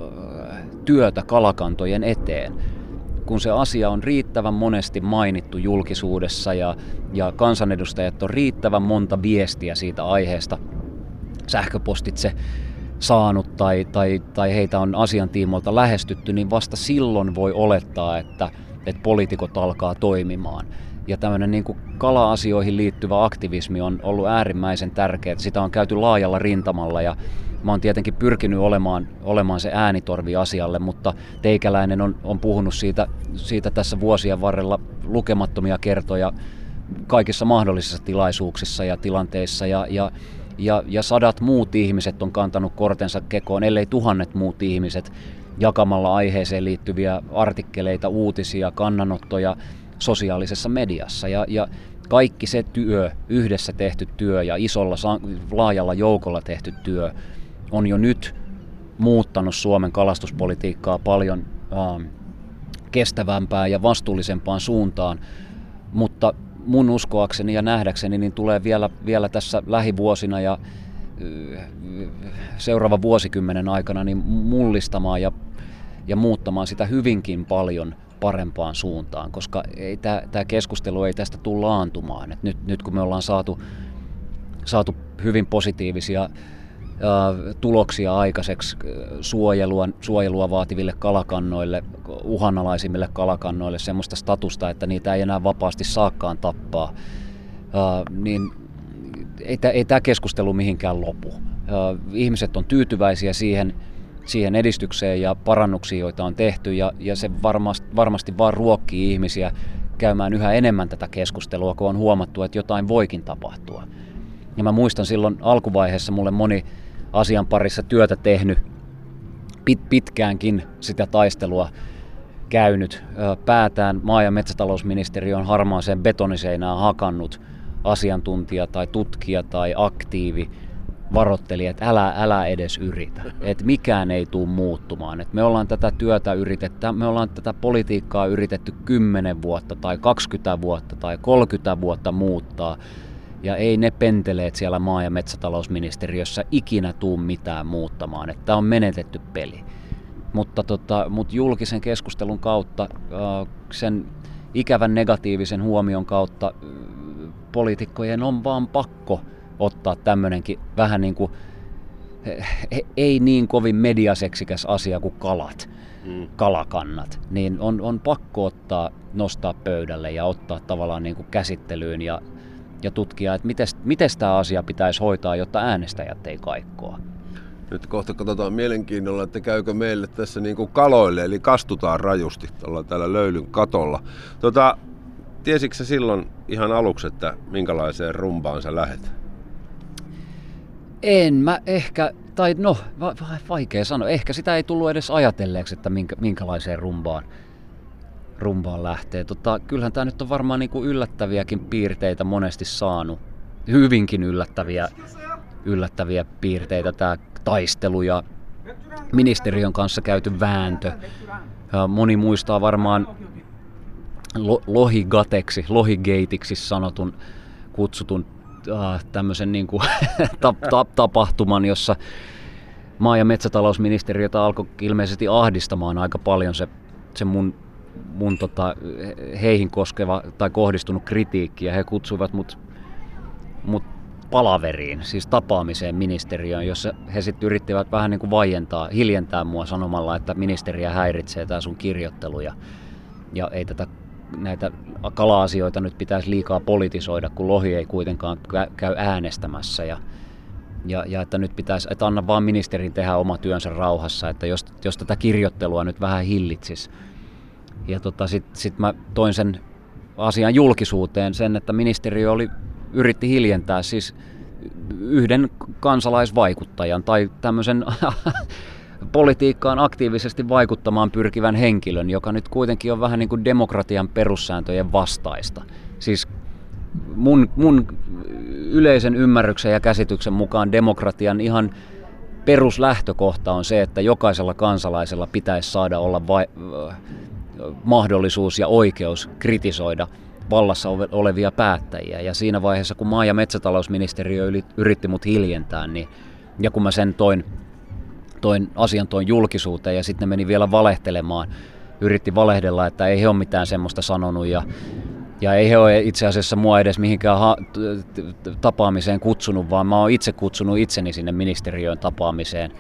työtä kalakantojen eteen, kun se asia on riittävän monesti mainittu julkisuudessa ja, ja kansanedustajat on riittävän monta viestiä siitä aiheesta sähköpostitse saanut tai, tai, tai heitä on asiantiimoilta lähestytty, niin vasta silloin voi olettaa, että että poliitikot alkaa toimimaan. Ja tämmöinen niin kuin kala-asioihin liittyvä aktivismi on ollut äärimmäisen tärkeää. Sitä on käyty laajalla rintamalla ja mä oon tietenkin pyrkinyt olemaan, olemaan se äänitorvi asialle, mutta teikäläinen on, on puhunut siitä, siitä tässä vuosien varrella lukemattomia kertoja kaikissa mahdollisissa tilaisuuksissa ja tilanteissa ja, ja, ja, ja sadat muut ihmiset on kantanut kortensa kekoon, ellei tuhannet muut ihmiset, jakamalla aiheeseen liittyviä artikkeleita, uutisia, kannanottoja sosiaalisessa mediassa. Ja, ja kaikki se työ, yhdessä tehty työ ja isolla, laajalla joukolla tehty työ on jo nyt muuttanut Suomen kalastuspolitiikkaa paljon äh, kestävämpään ja vastuullisempaan suuntaan. Mutta mun uskoakseni ja nähdäkseni niin tulee vielä, vielä tässä lähivuosina ja seuraavan vuosikymmenen aikana niin mullistamaan ja, ja muuttamaan sitä hyvinkin paljon parempaan suuntaan, koska tämä keskustelu ei tästä tule laantumaan. Et nyt, nyt kun me ollaan saatu, saatu hyvin positiivisia ä, tuloksia aikaiseksi suojelua, suojelua vaativille kalakannoille, uhanalaisimmille kalakannoille, semmoista statusta, että niitä ei enää vapaasti saakaan tappaa, ä, niin ei, ei tämä keskustelu mihinkään lopu. Ihmiset on tyytyväisiä siihen, siihen edistykseen ja parannuksiin, joita on tehty, ja, ja se varmasti, varmasti vaan ruokkii ihmisiä käymään yhä enemmän tätä keskustelua, kun on huomattu, että jotain voikin tapahtua. Ja mä muistan silloin alkuvaiheessa mulle moni asian parissa työtä tehnyt, pit, pitkäänkin sitä taistelua käynyt, päätään maa- ja metsätalousministeriö on harmaaseen betoniseinään hakannut asiantuntija tai tutkija tai aktiivi varoitteli, että älä, älä edes yritä, että mikään ei tule muuttumaan. Et me ollaan tätä työtä yritetty, me ollaan tätä politiikkaa yritetty kymmenen vuotta tai kaksikymmentä vuotta tai kolmekymmentä vuotta muuttaa, ja ei ne penteleet siellä maa- ja metsätalousministeriössä ikinä tule mitään muuttamaan, että tämä on menetetty peli. Mutta, tota, mutta julkisen keskustelun kautta, sen ikävän negatiivisen huomion kautta, poliitikkojen on vaan pakko ottaa tämmöinenkin vähän niin kuin, ei niin kovin mediaseksikäs asia kuin kalat, mm. kalakannat, niin on, on pakko ottaa, nostaa pöydälle ja ottaa tavallaan niin kuin käsittelyyn ja, ja tutkia, että miten tämä asia pitäisi hoitaa, jotta äänestäjät ei kaikkoa. Nyt kohta katsotaan mielenkiinnolla, että käykö meille tässä niin kuin kaloille, eli kastutaan rajusti ollaan täällä löylyn katolla. Tota, tiesitkö sä silloin ihan aluksi, että minkälaiseen rumbaan sä lähet? En mä ehkä, tai no, va- vaikea sanoa. Ehkä sitä ei tullut edes ajatelleeksi, että minkä, minkälaiseen rumbaan, rumbaan lähtee. Tota, kyllähän tää nyt on varmaan niinku yllättäviäkin piirteitä monesti saanut. Hyvinkin yllättäviä, yllättäviä piirteitä, tää taistelu ja ministeriön kanssa käyty vääntö. Moni muistaa varmaan lohigateksi, lohigateiksi sanotun kutsutun äh, tämmöisen niin kuin tap, tap, tapahtuman, jossa maa- ja metsätalousministeriötä alkoi ilmeisesti ahdistamaan aika paljon se, se mun, mun tota, heihin koskeva tai kohdistunut kritiikki, ja he kutsuivat mut, mut palaveriin, siis tapaamiseen ministeriöön, jossa he sitten yrittivät vähän niin kuin vaientaa, hiljentää mua sanomalla, että ministeriä häiritsee tämä sun kirjoittelu ja, ja ei tätä näitä kala-asioita nyt pitäisi liikaa politisoida, kun lohi ei kuitenkaan käy äänestämässä ja, ja, ja että nyt pitäisi, että anna vaan ministerin tehdä oma työnsä rauhassa, että jos, jos tätä kirjoittelua nyt vähän hillitsisi. Ja tota, sitten sit mä toin sen asian julkisuuteen sen, että ministeriö oli, yritti hiljentää siis yhden kansalaisvaikuttajan tai tämmöisen politiikkaan aktiivisesti vaikuttamaan pyrkivän henkilön, joka nyt kuitenkin on vähän niin kuin demokratian perussääntöjen vastaista. Siis mun, mun yleisen ymmärryksen ja käsityksen mukaan demokratian ihan peruslähtökohta on se, että jokaisella kansalaisella pitäisi saada olla vai- mahdollisuus ja oikeus kritisoida vallassa olevia päättäjiä. Ja siinä vaiheessa, kun maa- ja metsätalousministeriö yritti mut hiljentää, niin, ja kun mä sen toin toin asian toin julkisuuteen ja sitten ne meni vielä valehtelemaan. Yritti valehdella, että ei he ole mitään semmoista sanonut ja, ja ei he ole itse asiassa mua edes mihinkään ha- tapaamiseen kutsunut, vaan mä oon itse kutsunut itseni sinne ministeriöön tapaamiseen.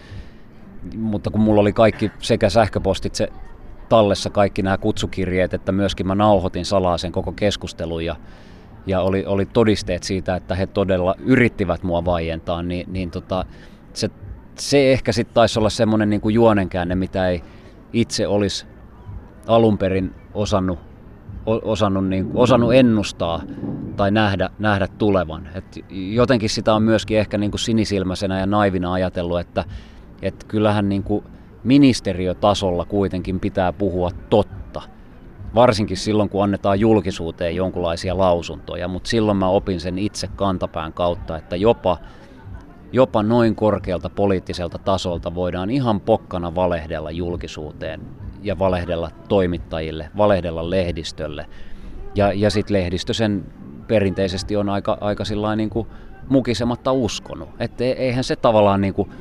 Mutta kun mulla oli kaikki sekä sähköpostit se tallessa, kaikki nämä kutsukirjeet, että myöskin mä nauhoitin salaa sen koko keskustelun ja, ja oli, oli todisteet siitä, että he todella yrittivät mua vaientaa, niin, niin tota, se Se ehkä sitten taisi olla semmoinen niin kuin juonenkäänne, mitä ei itse olisi alun perin osannut, osannut, niin kuin, osannut ennustaa tai nähdä, nähdä tulevan. Et jotenkin sitä on myöskin ehkä niin kuin sinisilmäisenä ja naivina ajatellut, että et kyllähän niin kuin ministeriötasolla kuitenkin pitää puhua totta. Varsinkin silloin, kun annetaan julkisuuteen jonkinlaisia lausuntoja, mutta silloin mä opin sen itse kantapään kautta, että jopa Jopa noin korkealta poliittiselta tasolta voidaan ihan pokkana valehdella julkisuuteen ja valehdella toimittajille, valehdella lehdistölle. Ja, ja sitten lehdistö sen perinteisesti on aika, aika sillain niin kuin mukisematta uskonut. Että eihän se tavallaan niin kuin,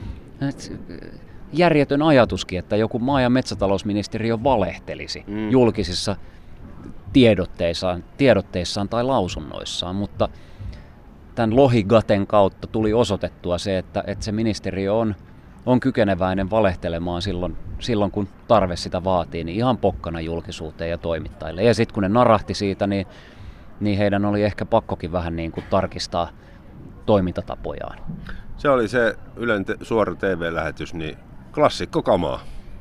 järjetön ajatuskin, että joku maa- ja metsätalousministeriö valehtelisi mm. julkisissa tiedotteissaan, tiedotteissaan tai lausunnoissaan, mutta tämän lohigaten kautta tuli osoitettua se, että, että se ministeriö on, on kykeneväinen valehtelemaan silloin, silloin, kun tarve sitä vaatii, niin ihan pokkana julkisuuteen ja toimittajille. Ja sitten kun ne narahti siitä, niin, niin heidän oli ehkä pakkokin vähän niin kuin tarkistaa toimintatapojaan. Se oli se Ylen te- suora T V-lähetys, niin klassikko kamaa.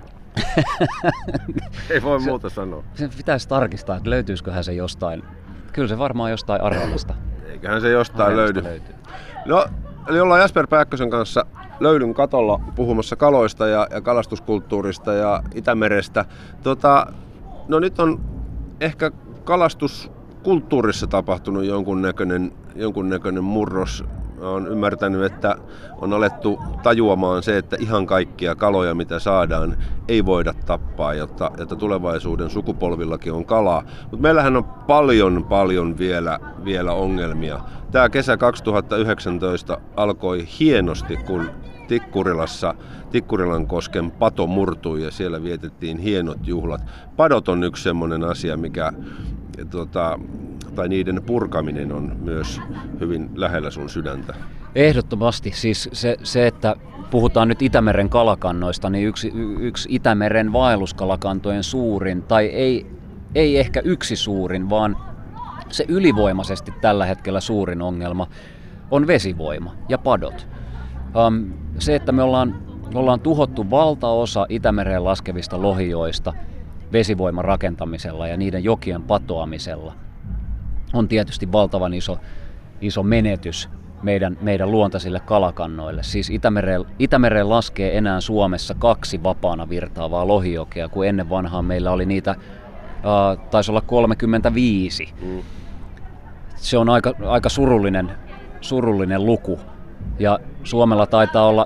Ei voi se, muuta sanoa. Se pitäisi tarkistaa, että löytyisiköhän se jostain. Kyllä se varmaan jostain Areenasta. Eiköhän se jostain löydy. Löytyy. No, eli ollaan Jasper Pääkkösen kanssa löylyn katolla puhumassa kaloista ja, ja kalastuskulttuurista ja Itämerestä. Tota, no nyt on ehkä kalastuskulttuurissa tapahtunut jonkunnäköinen, jonkunnäköinen murros. Olen ymmärtänyt, että on alettu tajuamaan se, että ihan kaikkia kaloja, mitä saadaan, ei voida tappaa, jotta, jotta tulevaisuuden sukupolvillakin on kalaa. Mutta meillähän on paljon, paljon vielä, vielä ongelmia. Tämä kesä kaksituhattayhdeksäntoista alkoi hienosti, kun Tikkurilassa, Tikkurilankosken pato murtui ja siellä vietettiin hienot juhlat. Padot on yksi semmoinen asia, mikä... Tota, tai niiden purkaminen on myös hyvin lähellä sun sydäntä. Ehdottomasti. Siis se, se että puhutaan nyt Itämeren kalakannoista, niin yksi, yksi Itämeren vaelluskalakantojen suurin, tai ei, ei ehkä yksi suurin, vaan se ylivoimaisesti tällä hetkellä suurin ongelma on vesivoima ja padot. Um, se, että me ollaan, ollaan tuhottu valtaosa Itämereen laskevista lohijoista vesivoiman rakentamisella ja niiden jokien patoamisella, on tietysti valtavan iso, iso menetys meidän, meidän luontaisille kalakannoille. Siis Itämereen, Itämereen laskee enää Suomessa kaksi vapaana virtaavaa lohijokea, kun ennen vanhaan meillä oli niitä, uh, taisi olla kolmekymmentäviisi. Mm. Se on aika, aika surullinen, surullinen luku. Ja Suomella taitaa olla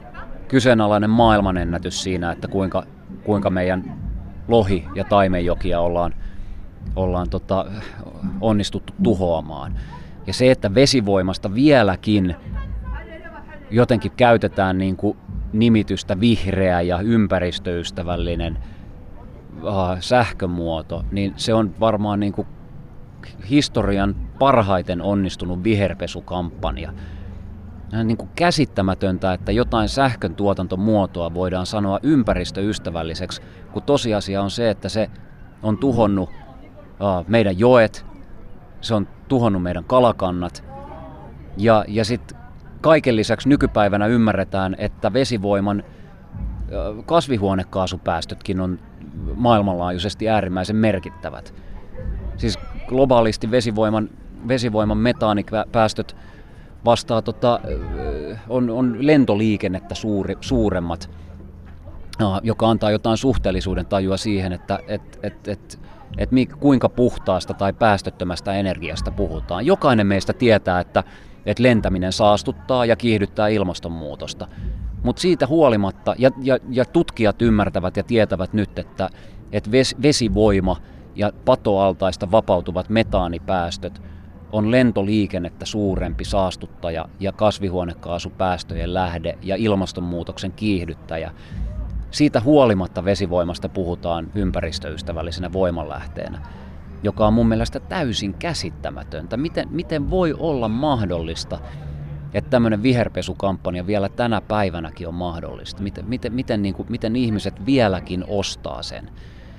kyseenalainen maailmanennätys siinä, että kuinka, kuinka meidän lohi- ja taimenjokia ollaan, ollaan tota, onnistuttu tuhoamaan. Ja se, että vesivoimasta vieläkin jotenkin käytetään niin kuin nimitystä vihreä ja ympäristöystävällinen äh, sähkömuoto, niin se on varmaan niin kuin historian parhaiten onnistunut viherpesukampanja. On niin kuin käsittämätöntä, että jotain sähkön tuotantomuotoa voidaan sanoa ympäristöystävälliseksi, kun tosiasia on se, että se on tuhonnut uh, meidän joet, se on tuhonnut meidän kalakannat ja, ja sitten kaiken lisäksi nykypäivänä ymmärretään, että vesivoiman uh, kasvihuonekaasupäästötkin on maailmanlaajuisesti äärimmäisen merkittävät. Siis globaalisti vesivoiman, vesivoiman metaanipäästöt vastaa tota, on, on lentoliikennettä suuri, suuremmat, joka antaa jotain suhteellisuuden tajua siihen, että et, et, et, et kuinka puhtaasta tai päästöttömästä energiasta puhutaan. Jokainen meistä tietää, että et lentäminen saastuttaa ja kiihdyttää ilmastonmuutosta, mutta siitä huolimatta, ja, ja, ja tutkijat ymmärtävät ja tietävät nyt, että et ves, vesivoima ja patoaltaista vapautuvat metaanipäästöt on lentoliikennettä suurempi saastuttaja ja kasvihuonekaasupäästöjen lähde ja ilmastonmuutoksen kiihdyttäjä. Siitä huolimatta vesivoimasta puhutaan ympäristöystävällisenä voimanlähteenä, joka on mun mielestä täysin käsittämätöntä. Miten, miten voi olla mahdollista, että tämmöinen viherpesukampanja vielä tänä päivänäkin on mahdollista? Miten, miten, miten, niin kuin, miten ihmiset vieläkin ostaa sen?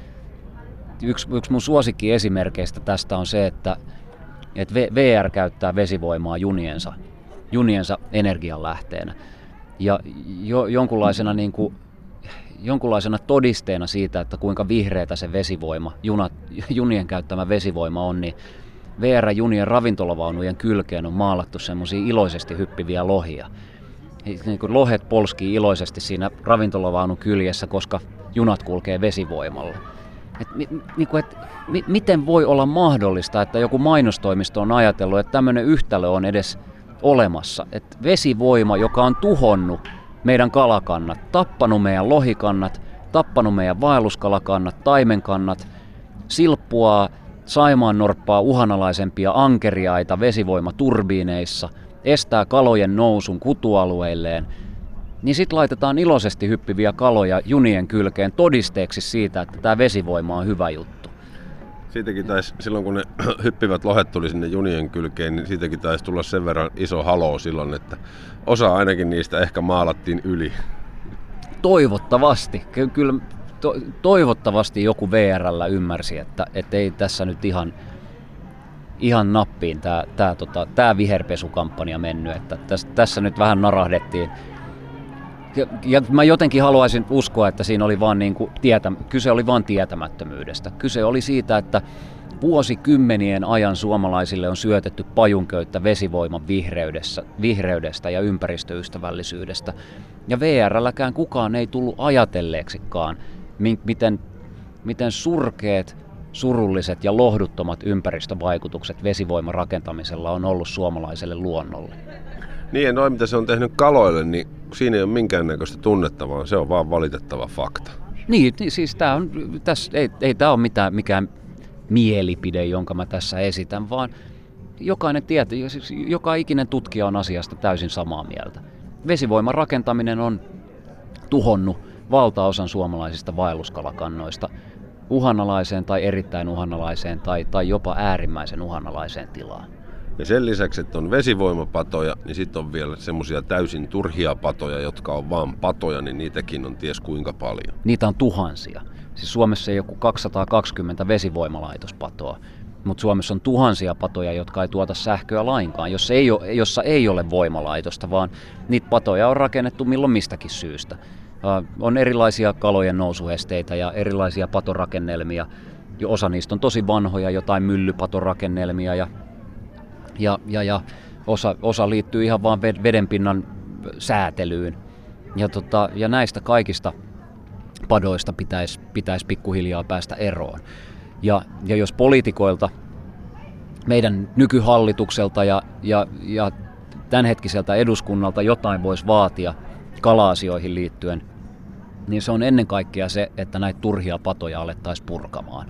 Yksi, yksi mun suosikkiesimerkeistä tästä on se, että että V R käyttää vesivoimaa juniensa, juniensa energianlähteenä. Ja jo, jonkunlaisena, niin kuin, jonkunlaisena todisteena siitä, että kuinka vihreätä se vesivoima, junat, junien käyttämä vesivoima on, niin V R-junien ravintolavaunujen kylkeen on maalattu semmoisia iloisesti hyppiviä lohia. Niin kuin lohet polskii iloisesti siinä ravintolavaunun kyljessä, koska junat kulkee vesivoimalla. Et, niin kuin, et, mi, miten voi olla mahdollista, että joku mainostoimisto on ajatellut, että tämmöinen yhtälö on edes olemassa. Et vesivoima, joka on tuhonnut meidän kalakannat, tappanut meidän lohikannat, tappanut meidän vaelluskalakannat, taimenkannat, silppuaa saimaannorppaa uhanalaisempia ankeriaita vesivoimaturbiineissa, estää kalojen nousun kutualueilleen, niin sitten laitetaan iloisesti hyppiviä kaloja junien kylkeen todisteeksi siitä, että tämä vesivoima on hyvä juttu. Siitäkin taisi, silloin kun ne hyppivät lohet tuli sinne junien kylkeen, niin siitäkin taisi tulla sen verran iso haloo silloin, että osa ainakin niistä ehkä maalattiin yli. Toivottavasti. Kyllä to, toivottavasti joku V R:llä ymmärsi, että, että ei tässä nyt ihan, ihan nappiin tämä tää, tota, tää viherpesukampanja mennyt. Että tässä, tässä nyt vähän narahdettiin. Ja, ja mä jotenkin haluaisin uskoa, että siinä oli vaan niin kuin tietä, kyse oli vain tietämättömyydestä. Kyse oli siitä, että vuosikymmenien ajan suomalaisille on syötetty pajunköyttä vesivoiman vihreydestä, vihreydestä ja ympäristöystävällisyydestä. Ja V R:lläkään kukaan ei tullut ajatelleeksikaan, miten, miten surkeat, surulliset ja lohduttomat ympäristövaikutukset vesivoiman rakentamisella on ollut suomalaiselle luonnolle. Niin ja noin mitä se on tehnyt kaloille, niin siinä ei ole minkäännäköistä tunnettavaa, se on vaan valitettava fakta. Niin, siis tää on, tässä, ei, ei tämä ole mitään, mikään mielipide, jonka mä tässä esitän, vaan jokainen tietää, joka ikinen tutkija on asiasta täysin samaa mieltä. Vesivoiman rakentaminen on tuhonnut valtaosan suomalaisista vaelluskalakannoista uhanalaiseen tai erittäin uhanalaiseen tai, tai jopa äärimmäisen uhanalaiseen tilaan. Ja sen lisäksi, että on vesivoimapatoja, niin sitten on vielä semmoisia täysin turhia patoja, jotka on vaan patoja, niin niitäkin on ties kuinka paljon. Niitä on tuhansia. Siis Suomessa ei joku kaksisataakaksikymmentä vesivoimalaitospatoa, mutta Suomessa on tuhansia patoja, jotka ei tuota sähköä lainkaan, jossa ei ole, jossa ei ole voimalaitosta, vaan niitä patoja on rakennettu milloin mistäkin syystä. On erilaisia kalojen nousuesteitä ja erilaisia patorakennelmia. Osa niistä on tosi vanhoja, jotain myllypatorakennelmia ja Ja, ja, ja osa, osa liittyy ihan vaan vedenpinnan säätelyyn. Ja, tota, ja näistä kaikista padoista pitäisi pitäis pikkuhiljaa päästä eroon. Ja, ja jos poliitikoilta, meidän nykyhallitukselta ja, ja, ja tämänhetkiseltä eduskunnalta jotain voisi vaatia, kala-asioihin liittyen, niin se on ennen kaikkea se, että näitä turhia patoja alettaisiin purkamaan.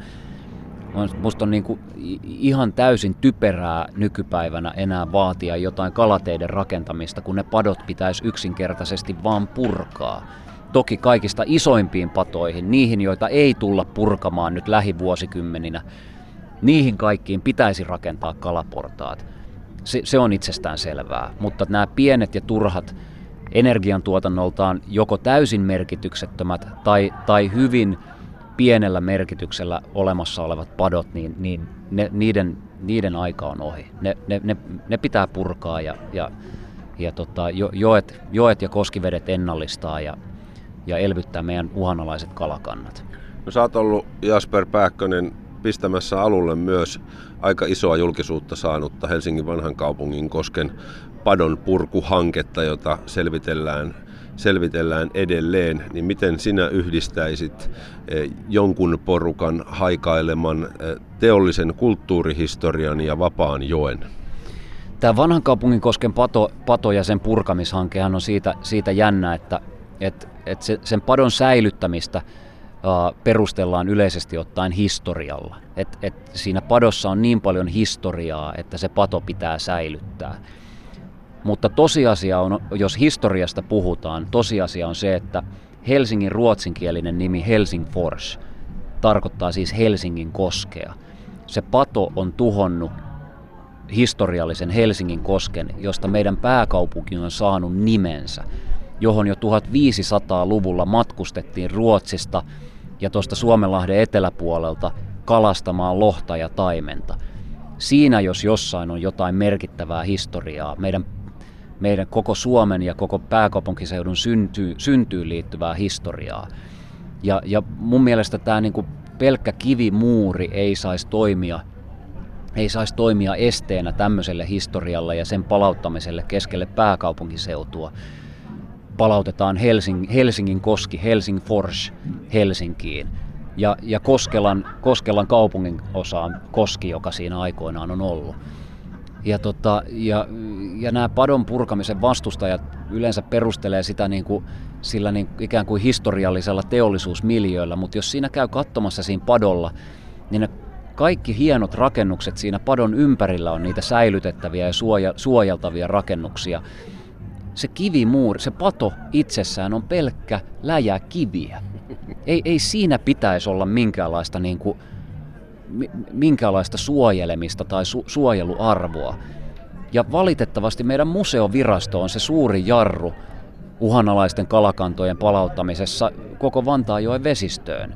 Musta on niin kuin ihan täysin typerää nykypäivänä enää vaatia jotain kalateiden rakentamista, kun ne padot pitäisi yksinkertaisesti vaan purkaa. Toki kaikista isoimpiin patoihin, niihin joita ei tulla purkamaan nyt lähivuosikymmeninä, niihin kaikkiin pitäisi rakentaa kalaportaat. Se, se on itsestään selvää, mutta nämä pienet ja turhat energiantuotannoltaan joko täysin merkityksettömät tai, tai hyvin pienellä merkityksellä olemassa olevat padot, niin, niin ne, niiden, niiden aika on ohi. Ne, ne, ne, ne pitää purkaa ja, ja, ja tota, jo, joet, joet ja koskivedet ennallistaa ja, ja elvyttää meidän uhanalaiset kalakannat. No, sä oot ollut, Jasper Pääkkönen, pistämässä alulle myös aika isoa julkisuutta saanutta Helsingin vanhan kaupungin kosken padon purkuhanketta, jota selvitellään, selvitellään edelleen. Niin miten sinä yhdistäisit jonkun porukan haikaileman teollisen kulttuurihistorian ja vapaan joen? Tämä vanhan kaupungin kosken pato, pato ja sen purkamishankehan on siitä, siitä jännä, että, että, että se, sen padon säilyttämistä perustellaan yleisesti ottaen historialla. Et, et siinä padossa on niin paljon historiaa, että se pato pitää säilyttää. Mutta tosiasia on, jos historiasta puhutaan, tosiasia on se, että Helsingin ruotsinkielinen nimi Helsingfors tarkoittaa siis Helsingin koskea. Se pato on tuhonnut historiallisen Helsingin kosken, josta meidän pääkaupunki on saanut nimensä, johon jo tuhatviisisataaluvulla matkustettiin Ruotsista ja tuosta Suomenlahden eteläpuolelta kalastamaan lohta ja taimenta. Siinä jos jossain on jotain merkittävää historiaa, meidän, meidän koko Suomen ja koko pääkaupunkiseudun syntyy, syntyyn liittyvää historiaa. Ja, ja mun mielestä tämä niinku pelkkä kivimuuri ei saisi toimia, ei saisi toimia esteenä tämmöiselle historialle ja sen palauttamiselle keskelle pääkaupunkiseutua. Palautetaan Helsing, Helsingin koski, Helsingfors Helsinkiin ja, ja Koskelan, Koskelan kaupungin osaan koski, joka siinä aikoinaan on ollut. Ja, tota, ja, ja nämä padon purkamisen vastustajat yleensä perustelee sitä niin kuin, sillä niin ikään kuin historiallisella teollisuusmiljöillä, mutta jos siinä käy katsomassa siinä padolla, niin ne kaikki hienot rakennukset siinä padon ympärillä on niitä säilytettäviä ja suoja, suojeltavia rakennuksia. Se kivimuuri, se pato itsessään on pelkkä läjä kiviä. Ei, ei siinä pitäisi olla minkäänlaista, niin kuin, minkäänlaista suojelemista tai su, suojeluarvoa. Ja valitettavasti meidän museovirasto on se suuri jarru uhanalaisten kalakantojen palauttamisessa koko Vantaajoen vesistöön.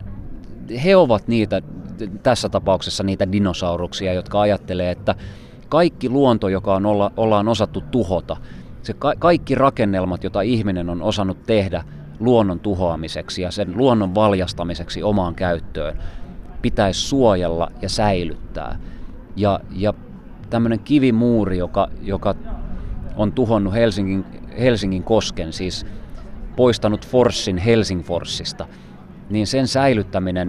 He ovat niitä, tässä tapauksessa niitä dinosauruksia, jotka ajattelee, että kaikki luonto, joka on olla, ollaan osattu tuhota, se ka- kaikki rakennelmat, joita ihminen on osannut tehdä luonnon tuhoamiseksi ja sen luonnon valjastamiseksi omaan käyttöön, pitäisi suojella ja säilyttää. Ja, ja tämmöinen kivimuuri, joka, joka on tuhonnut Helsingin, Helsingin kosken, siis poistanut Forssin Helsingforsista, niin sen säilyttäminen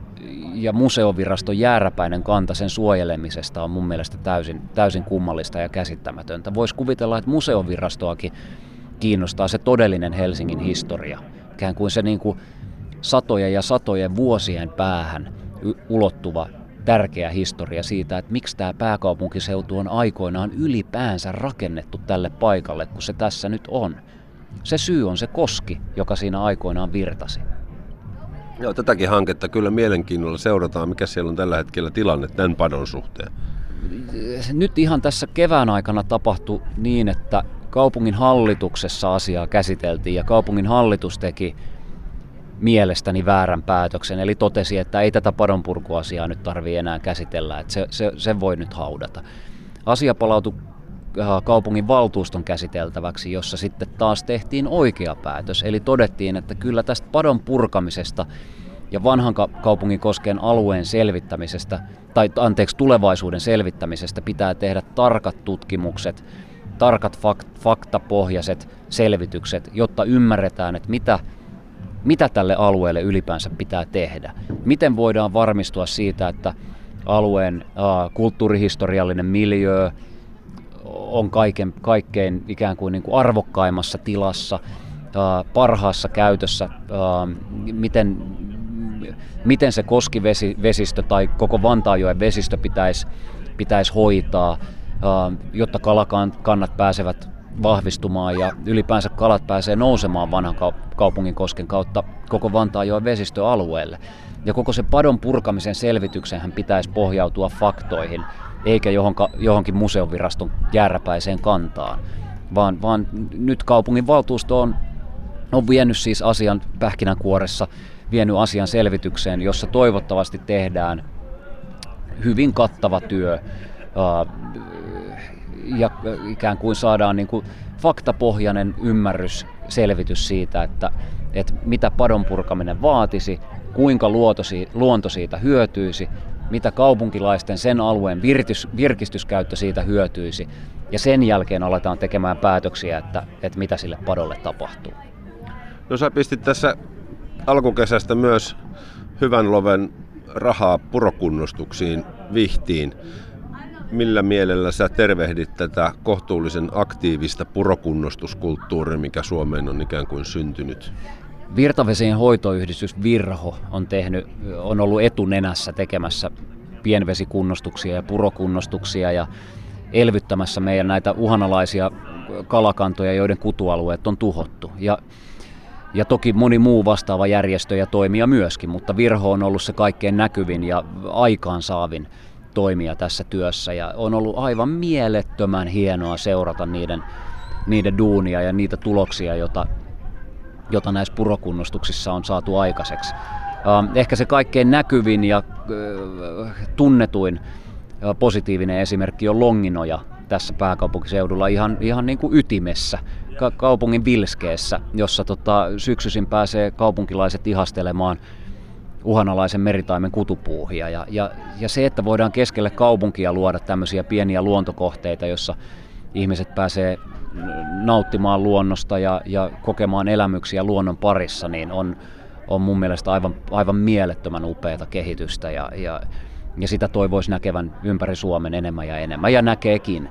ja museoviraston jääräpäinen kanta sen suojelemisesta on mun mielestä täysin, täysin kummallista ja käsittämätöntä. Voisi kuvitella, että museovirastoakin kiinnostaa se todellinen Helsingin historia. Ikään kuin se niin kuin satojen ja satojen vuosien päähän ulottuva tärkeä historia siitä, että miksi tämä pääkaupunkiseutu on aikoinaan ylipäänsä rakennettu tälle paikalle, kun se tässä nyt on. Se syy on se koski, joka siinä aikoinaan virtasi. Joo, tätäkin hanketta kyllä mielenkiinnolla seurataan, mikä siellä on tällä hetkellä tilanne tämän padon suhteen. Nyt ihan tässä kevään aikana tapahtui niin, että kaupungin hallituksessa asiaa käsiteltiin ja kaupungin hallitus teki mielestäni väärän päätöksen, eli totesi, että ei tätä padonpurkuasiaa nyt tarvitse enää käsitellä, että se, se, se voi nyt haudata. Asia palautui kaupungin valtuuston käsiteltäväksi, jossa sitten taas tehtiin oikea päätös, eli todettiin, että kyllä tästä padon purkamisesta ja vanhan kaupungin koskeen alueen selvittämisestä, tai anteeksi tulevaisuuden selvittämisestä pitää tehdä tarkat tutkimukset, tarkat fakt, faktapohjaiset selvitykset, jotta ymmärretään, että mitä, mitä tälle alueelle ylipäänsä pitää tehdä. Miten voidaan varmistua siitä, että alueen aa, kulttuurihistoriallinen miljöö on kaiken, kaikkein ikään kuin, niin kuin arvokkaimmassa tilassa, parhaassa käytössä, miten, miten se Koskivesistö tai koko Vantaanjoen vesistö pitäisi, pitäisi hoitaa, jotta kalakannat pääsevät vahvistumaan ja ylipäänsä kalat pääsee nousemaan vanhan Kaupunginkosken kautta koko Vantaanjoen vesistöalueelle. Ja koko se padon purkamisen selvityksenhän pitäisi pohjautua faktoihin, eikä johonka, johonkin museoviraston jääräpäiseen kantaan. Vaan, vaan nyt kaupunginvaltuusto on, on vienyt siis asian pähkinänkuoressa, vienyt asian selvitykseen, jossa toivottavasti tehdään hyvin kattava työ ja ikään kuin saadaan niin kuin faktapohjainen ymmärrys, selvitys siitä, että, että mitä padon purkaminen vaatisi, kuinka luonto siitä hyötyisi, mitä kaupunkilaisten sen alueen virtys, virkistyskäyttö siitä hyötyisi, ja sen jälkeen aletaan tekemään päätöksiä, että, että mitä sille padolle tapahtuu. No sä pistit tässä alkukesästä myös hyvän loven rahaa purokunnostuksiin Vihtiin. Millä mielellä sä tervehdit tätä kohtuullisen aktiivista purokunnostuskulttuuria, mikä Suomeen on ikään kuin syntynyt? Virtavesien hoitoyhdistys Virho on, tehnyt, on ollut etunenässä tekemässä pienvesikunnostuksia ja purokunnostuksia ja elvyttämässä meidän näitä uhanalaisia kalakantoja, joiden kutualueet on tuhottu. Ja, ja toki moni muu vastaava järjestö ja toimija myöskin, mutta Virho on ollut se kaikkein näkyvin ja aikaansaavin toimia tässä työssä. Ja on ollut aivan mielettömän hienoa seurata niiden, niiden duunia ja niitä tuloksia, joita jota näissä purokunnostuksissa on saatu aikaiseksi. Ehkä se kaikkein näkyvin ja tunnetuin positiivinen esimerkki on Longinoja tässä pääkaupunkiseudulla ihan, ihan niin kuin ytimessä, kaupungin vilskeessä, jossa tota, syksyisin pääsee kaupunkilaiset ihastelemaan uhanalaisen meritaimen kutupuuhia. Ja, ja, ja se, että voidaan keskelle kaupunkia luoda tämmöisiä pieniä luontokohteita, jossa ihmiset pääsee nauttimaan luonnosta ja, ja kokemaan elämyksiä luonnon parissa, niin on, on mun mielestä aivan, aivan mielettömän upeata kehitystä ja, ja, ja sitä toivoisi näkevän ympäri Suomen enemmän ja enemmän ja näkeekin.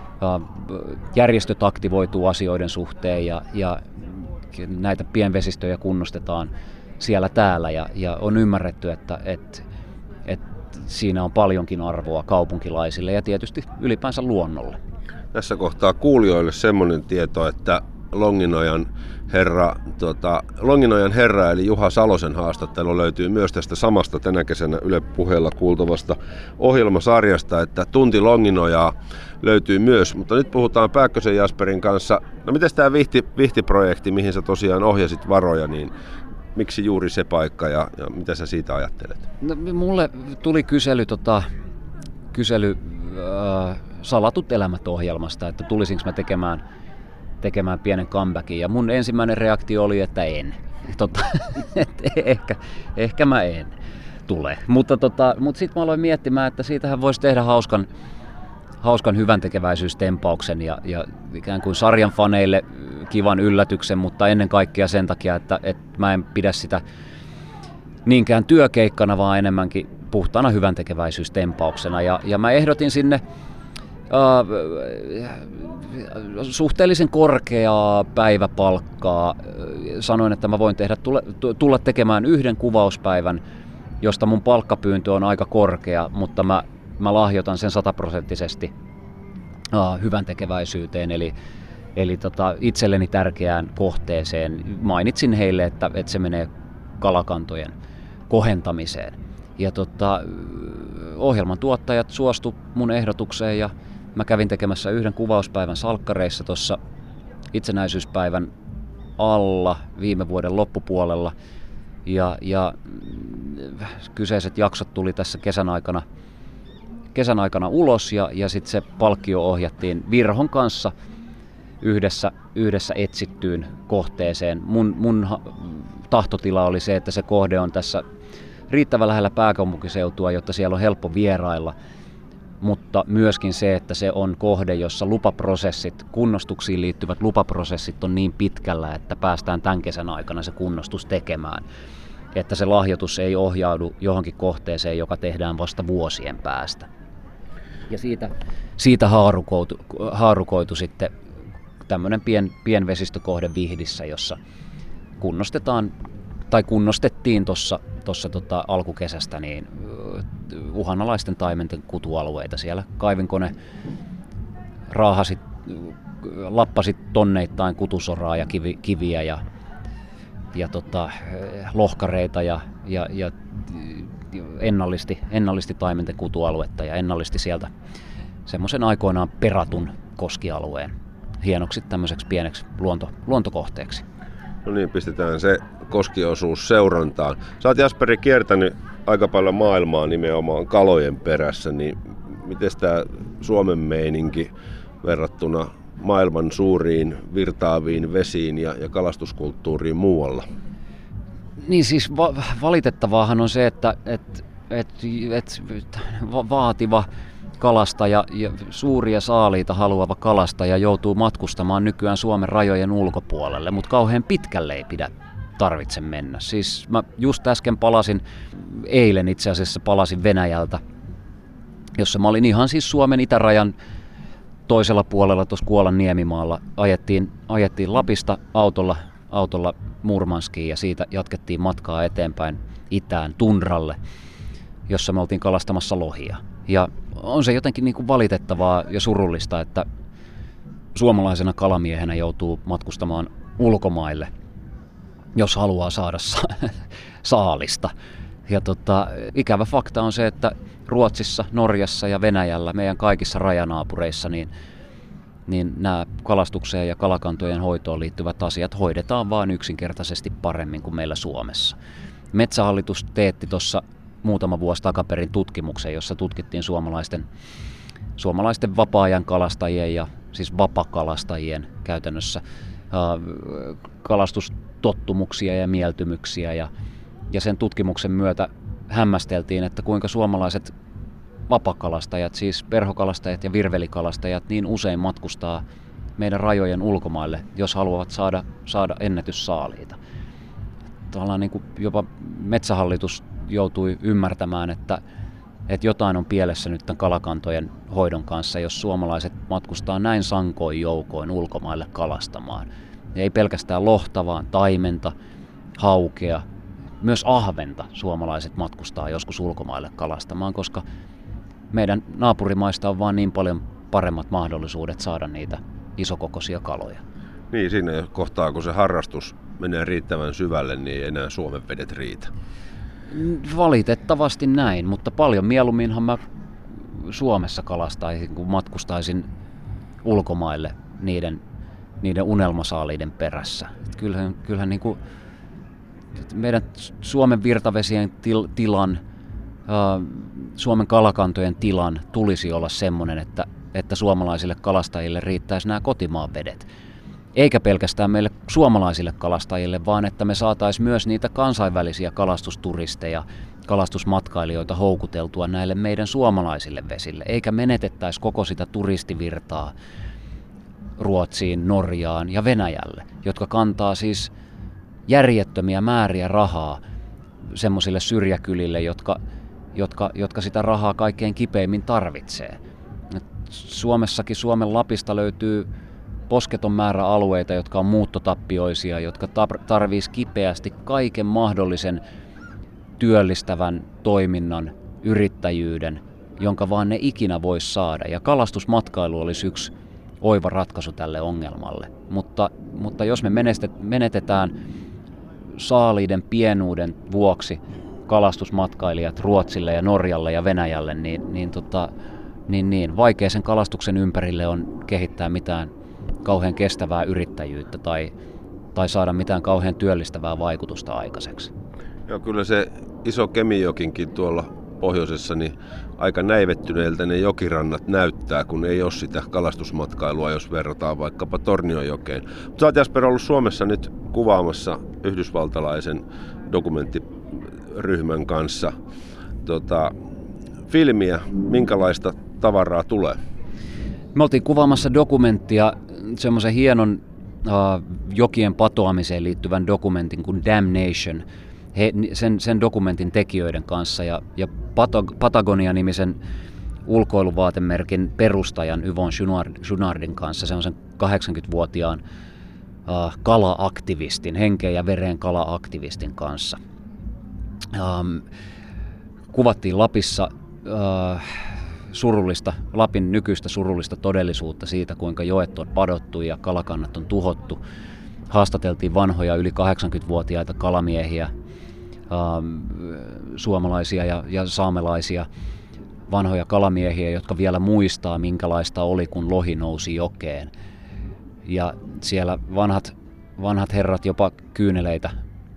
Järjestöt aktivoituu asioiden suhteen ja, ja näitä pienvesistöjä kunnostetaan siellä täällä ja, ja on ymmärretty, että, että, että siinä on paljonkin arvoa kaupunkilaisille ja tietysti ylipäänsä luonnolle. Tässä kohtaa kuulijoille semmoinen tieto, että Longinojan herra, tota, Longinojan herra eli Juha Salosen haastattelu löytyy myös tästä samasta tänä kesänä Yle Puheella kuultavasta ohjelmasarjasta, että Tunti Longinojaa löytyy myös, mutta nyt puhutaan Pääkkösen Jasperin kanssa. No miten tämä Vihti, Vihti-projekti, mihin sä tosiaan ohjasit varoja, niin miksi juuri se paikka ja, ja mitä sä siitä ajattelet? No, mulle tuli kysely, tota, kysely äh, Salatut elämät -ohjelmasta, että tulisinko mä tekemään, tekemään pienen comebackin. Ja mun ensimmäinen reaktio oli, että en. Tota, et ehkä, ehkä mä en tule. Mutta, tota, mutta sitten mä aloin miettimään, että siitähän voisi tehdä hauskan, hauskan hyväntekeväisyystempauksen ja, ja ikään kuin sarjan faneille kivan yllätyksen, mutta ennen kaikkea sen takia, että, että mä en pidä sitä niinkään työkeikkana, vaan enemmänkin puhtaana hyväntekeväisyystempauksena. Ja, ja mä ehdotin sinne Uh, suhteellisen korkeaa päiväpalkkaa. Sanoin, että mä voin tehdä, tulla, tulla tekemään yhden kuvauspäivän, josta mun palkkapyyntö on aika korkea, mutta mä, mä lahjoitan sen sataprosenttisesti uh, hyväntekeväisyyteen, eli, eli tota, itselleni tärkeään kohteeseen. Mainitsin heille, että, että se menee kalakantojen kohentamiseen. Ja tota, ohjelman tuottajat suostu mun ehdotukseen ja mä kävin tekemässä yhden kuvauspäivän salkkareissa tuossa itsenäisyyspäivän alla viime vuoden loppupuolella. Ja, ja kyseiset jaksot tuli tässä kesän aikana, kesän aikana ulos ja, ja sitten se palkkio ohjattiin Virhon kanssa yhdessä, yhdessä etsittyyn kohteeseen. Mun, mun tahtotila oli se, että se kohde on tässä riittävän lähellä pääkaupunkiseutua, jotta siellä on helppo vierailla, mutta myöskin se, että se on kohde, jossa lupaprosessit, kunnostuksiin liittyvät lupaprosessit on niin pitkällä, että päästään tämän kesän aikana se kunnostus tekemään. Että se lahjoitus ei ohjaudu johonkin kohteeseen, joka tehdään vasta vuosien päästä. Ja siitä, siitä haarukoitu, haarukoitu sitten tämmöinen pien, pienvesistökohde Vihdissä, jossa kunnostetaan tai kunnostettiin tuossa tossa tota alkukesästä niin uhanalaisten taimenten kutualueita. Siellä kaivinkone raahasi, lappasi tonneittain kutusoraa ja kivi, kiviä ja, ja tota, lohkareita ja, ja, ja ennallisti, ennallisti taimenten kutualuetta ja ennallisti sieltä semmoisen aikoinaan peratun koskialueen hienoksi tämmöiseksi pieneksi luonto, luontokohteeksi. No niin, pistetään se koskiosuus seurantaan. Sä oot, Jasperi, kiertänyt aika paljon maailmaa nimenomaan kalojen perässä, niin miten tämä Suomen meininki verrattuna maailman suuriin virtaaviin vesiin ja, ja kalastuskulttuuriin muualla? Niin siis va- valitettavaahan on se, että et, et, et, va- vaativa kalastaja ja suuria saaliita haluava kalastaja joutuu matkustamaan nykyään Suomen rajojen ulkopuolelle, mutta kauhean pitkälle ei pidä tarvitse mennä. Siis mä just äsken palasin, eilen itse asiassa palasin Venäjältä, jossa mä olin ihan siis Suomen itärajan toisella puolella tuossa Kuolan Niemimaalla. Ajettiin, ajettiin Lapista autolla, autolla Murmanskiin ja siitä jatkettiin matkaa eteenpäin itään Tundralle, jossa me oltiin kalastamassa lohia. Ja on se jotenkin niin kuin valitettavaa ja surullista, että suomalaisena kalamiehenä joutuu matkustamaan ulkomaille, jos haluaa saada sa- saalista. Ja tota, ikävä fakta on se, että Ruotsissa, Norjassa ja Venäjällä, meidän kaikissa rajanaapureissa, niin, niin nämä kalastukseen ja kalakantojen hoitoon liittyvät asiat hoidetaan vaan yksinkertaisesti paremmin kuin meillä Suomessa. Metsähallitus teetti tuossa muutama vuosi takaperin tutkimuksen, jossa tutkittiin suomalaisten, suomalaisten vapaa-ajan kalastajien ja siis vapakalastajien käytännössä äh, kalastustottumuksia ja mieltymyksiä. Ja, ja sen tutkimuksen myötä hämmästeltiin, että kuinka suomalaiset vapakalastajat, siis perhokalastajat ja virvelikalastajat, niin usein matkustaa meidän rajojen ulkomaille, jos haluavat saada, saada ennätyssaaliita. Tavallaan niin kuin jopa Metsähallitus joutui ymmärtämään, että, että jotain on pielessä nyt tämän kalakantojen hoidon kanssa, jos suomalaiset matkustaa näin sankoin joukoin ulkomaille kalastamaan. Ja ei pelkästään lohta, vaan taimenta, haukea, myös ahventa suomalaiset matkustaa joskus ulkomaille kalastamaan, koska meidän naapurimaista on vaan niin paljon paremmat mahdollisuudet saada niitä isokokoisia kaloja. Niin, siinä kohtaa kun se harrastus menee riittävän syvälle, niin ei enää Suomen vedet riitä. Valitettavasti näin, mutta paljon mieluumminhan mä Suomessa kalastaisin, kun matkustaisin ulkomaille niiden, niiden unelmasaaliiden perässä. Et kyllähän kyllähän niin kuin meidän Suomen virtavesien til, tilan, äh, Suomen kalakantojen tilan tulisi olla semmoinen, että, että suomalaisille kalastajille riittäisi nämä kotimaan vedet. Eikä pelkästään meille suomalaisille kalastajille, vaan että me saataisiin myös niitä kansainvälisiä kalastusturisteja, kalastusmatkailijoita houkuteltua näille meidän suomalaisille vesille. Eikä menetettäisi koko sitä turistivirtaa Ruotsiin, Norjaan ja Venäjälle, jotka kantaa siis järjettömiä määriä rahaa semmoisille syrjäkylille, jotka, jotka, jotka sitä rahaa kaikkein kipeimmin tarvitsee. Et Suomessakin, Suomen Lapista löytyy posketon määrä alueita, jotka on muuttotappioisia, jotka tarvitsisi kipeästi kaiken mahdollisen työllistävän toiminnan, yrittäjyyden, jonka vaan ne ikinä voisi saada. Ja kalastusmatkailu olisi yksi oiva ratkaisu tälle ongelmalle. Mutta, mutta jos me menetetään saaliiden pienuuden vuoksi kalastusmatkailijat Ruotsille ja Norjalle ja Venäjälle, niin, niin, tota, niin, niin vaikea sen kalastuksen ympärille on kehittää mitään kauhean kestävää yrittäjyyttä tai, tai saada mitään kauhean työllistävää vaikutusta aikaiseksi. Joo, kyllä se iso Kemijokinkin tuolla pohjoisessa, niin aika näivettyneiltä ne jokirannat näyttää, kun ei ole sitä kalastusmatkailua, jos verrataan vaikkapa Tornionjokeen. Mutta sä oot, Jasper, ollut Suomessa nyt kuvaamassa yhdysvaltalaisen dokumenttiryhmän kanssa tota, filmiä. Minkälaista tavaraa tulee? Me oltiin kuvaamassa dokumenttia, semmoisen hienon uh, jokien patoamiseen liittyvän dokumentin kuin Damnation, He, sen, sen dokumentin tekijöiden kanssa ja, ja Patagonia-nimisen ulkoiluvaatemerkin perustajan Yvon Chouinardin kanssa. Se on sen kahdeksankymmentävuotiaan uh, kala-aktivistin, henkeen ja vereen kala-aktivistin kanssa. Um, kuvattiin Lapissa uh, surullista, Lapin nykyistä surullista todellisuutta siitä, kuinka joet on padottu ja kalakannat on tuhottu. Haastateltiin vanhoja yli kahdeksankymmentävuotiaita kalamiehiä, um, suomalaisia ja, ja saamelaisia, vanhoja kalamiehiä, jotka vielä muistaa, minkälaista oli, kun lohi nousi jokeen. Ja siellä vanhat, vanhat herrat jopa kyyneleitä,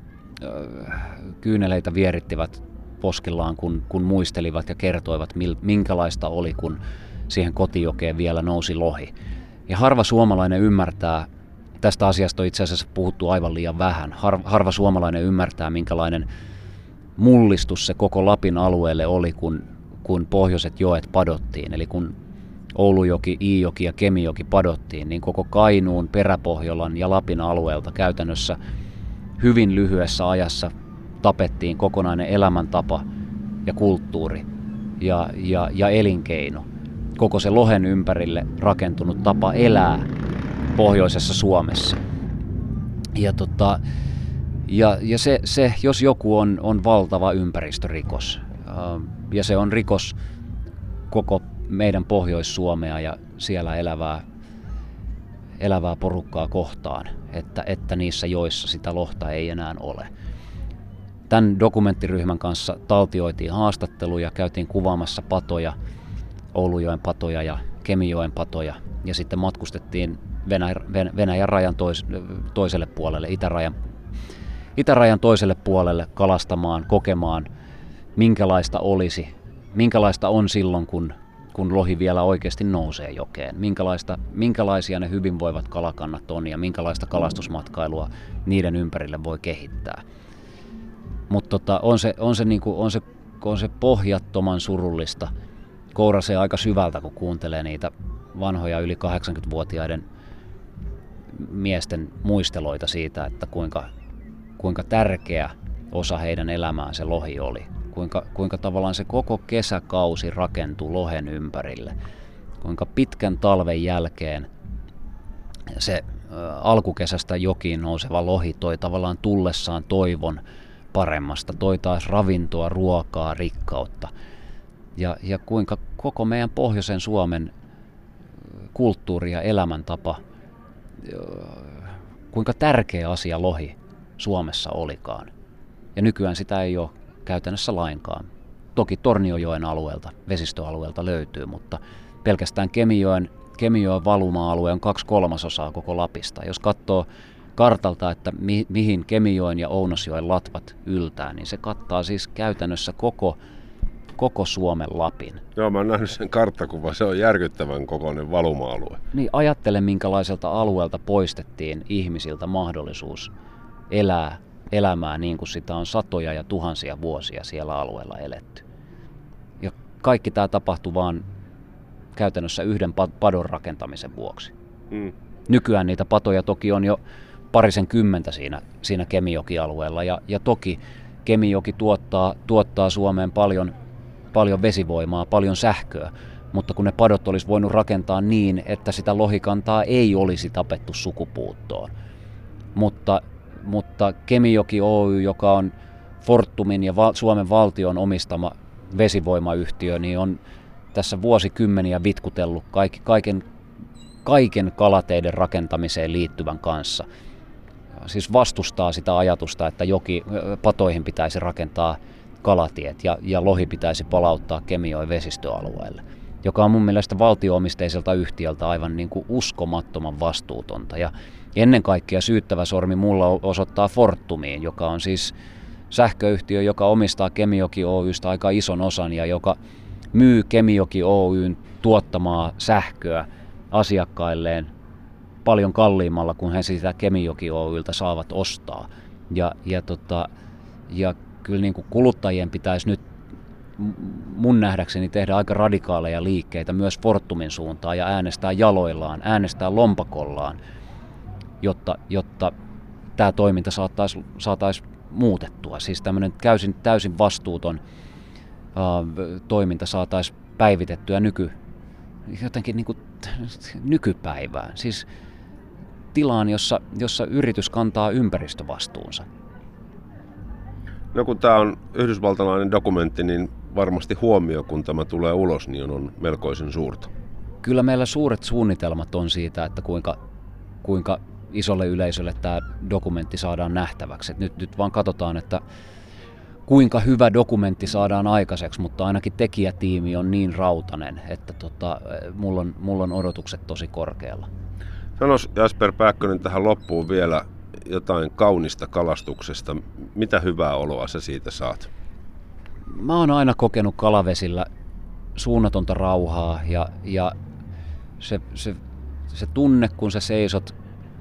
kyyneleitä vierittivät poskillaan, kun, kun muistelivat ja kertoivat, minkälaista oli, kun siihen kotijokeen vielä nousi lohi. Ja harva suomalainen ymmärtää, tästä asiasta on itse asiassa puhuttu aivan liian vähän, harva, harva suomalainen ymmärtää, minkälainen mullistus se koko Lapin alueelle oli, kun, kun pohjoiset joet padottiin. Eli kun Oulujoki, Iijoki ja Kemijoki padottiin, niin koko Kainuun, Peräpohjolan ja Lapin alueelta käytännössä hyvin lyhyessä ajassa tapettiin kokonainen elämäntapa ja kulttuuri ja, ja, ja elinkeino. Koko se lohen ympärille rakentunut tapa elää pohjoisessa Suomessa. Ja, tota, ja, ja se, se, jos joku on, on valtava ympäristörikos. Ja se on rikos koko meidän Pohjois-Suomea ja siellä elävää, elävää porukkaa kohtaan, että, että niissä joissa sitä lohta ei enää ole. Tämän dokumenttiryhmän kanssa taltioitiin haastatteluja, käytiin kuvaamassa patoja, Oulujoen patoja ja Kemijoen patoja, ja sitten matkustettiin Venäjän, Venäjän rajan tois, toiselle puolelle, itärajan, itärajan toiselle puolelle kalastamaan, kokemaan, minkälaista olisi, minkälaista on silloin, kun, kun lohi vielä oikeasti nousee jokeen, minkälaista, minkälaisia ne hyvinvoivat kalakannat on ja minkälaista kalastusmatkailua niiden ympärille voi kehittää. Mutta tota, on, se, on, se niinku, on, se, on se pohjattoman surullista, kourasee aika syvältä, kun kuuntelee niitä vanhoja yli kahdeksankymmentävuotiaiden miesten muisteloita siitä, että kuinka, kuinka tärkeä osa heidän elämään se lohi oli. Kuinka, kuinka tavallaan se koko kesäkausi rakentui lohen ympärille. Kuinka pitkän talven jälkeen se ä, alkukesästä jokiin nouseva lohi toi tavallaan tullessaan toivon paremmasta, toi taas ravintoa, ruokaa, rikkautta. Ja, ja kuinka koko meidän pohjoisen Suomen kulttuuri ja elämäntapa, kuinka tärkeä asia lohi Suomessa olikaan. Ja nykyään sitä ei ole käytännössä lainkaan. Toki Torniojoen alueelta, vesistöalueelta löytyy, mutta pelkästään Kemijoen, Kemijoen valuma-alue on kaksi kolmasosaa koko Lapista. Jos katsoo kartalta, että mi, mihin Kemijoen ja Ounosjoen latvat yltää, niin se kattaa siis käytännössä koko, koko Suomen Lapin. Joo, mä oon nähnyt sen karttakuvan, se on järkyttävän kokoinen valuma-alue. Niin, ajattele minkälaiselta alueelta poistettiin ihmisiltä mahdollisuus elää elämää niin kuin sitä on satoja ja tuhansia vuosia siellä alueella eletty. Ja kaikki tämä tapahtui vaan käytännössä yhden padon rakentamisen vuoksi. Mm. Nykyään niitä patoja toki on jo parisen kymmentä siinä, siinä Kemijoki-alueella ja, ja toki Kemijoki tuottaa, tuottaa Suomeen paljon, paljon vesivoimaa, paljon sähköä, mutta kun ne padot olisi voinut rakentaa niin, että sitä lohikantaa ei olisi tapettu sukupuuttoon. Mutta Mutta Kemijoki Oy, joka on Fortumin ja val- Suomen valtion omistama vesivoimayhtiö, niin on tässä vuosikymmeniä vitkutellut kaikki, kaiken, kaiken kalateiden rakentamiseen liittyvän kanssa. Siis vastustaa sitä ajatusta, että joki patoihin pitäisi rakentaa kalatiet ja, ja lohi pitäisi palauttaa Kemijoen vesistöalueelle, joka on mun mielestä valtio-omisteiselta yhtiöltä aivan niin kuin uskomattoman vastuutonta. Ja ennen kaikkea syyttävä sormi mulla osoittaa Fortumiin, joka on siis sähköyhtiö, joka omistaa Kemijoki Oystä aika ison osan ja joka myy Kemijoki Oyn tuottamaa sähköä asiakkailleen paljon kalliimmalla kuin he sitä Kemijoki Oyltä saavat ostaa. Ja, ja, tota, ja kyllä niin kuin kuluttajien pitäisi nyt mun nähdäkseni tehdä aika radikaaleja liikkeitä myös Fortumin suuntaan ja äänestää jaloillaan, äänestää lompakollaan, jotta, jotta tämä toiminta saataisiin saatais muutettua. Siis tämmöinen täysin, täysin vastuuton uh, toiminta saataisiin päivitettyä nyky, jotenkin niin kuin nykypäivään. Siis tilaan, jossa, jossa yritys kantaa ympäristövastuunsa. No kun tämä on yhdysvaltalainen dokumentti, niin varmasti huomio, kun tämä tulee ulos, niin on melkoisen suurta. Kyllä meillä suuret suunnitelmat on siitä, että kuinka, kuinka isolle yleisölle tämä dokumentti saadaan nähtäväksi. Et nyt, nyt vaan katsotaan, että kuinka hyvä dokumentti saadaan aikaiseksi, mutta ainakin tekijätiimi on niin rautainen, että tota, mulla, on, mulla on odotukset tosi korkealla. Sanos Jasper Pääkkönen tähän loppuun vielä jotain kaunista kalastuksesta. Mitä hyvää oloa sä siitä saat? Mä oon aina kokenut kalavesillä suunnatonta rauhaa ja, ja se, se, se tunne, kun sä seisot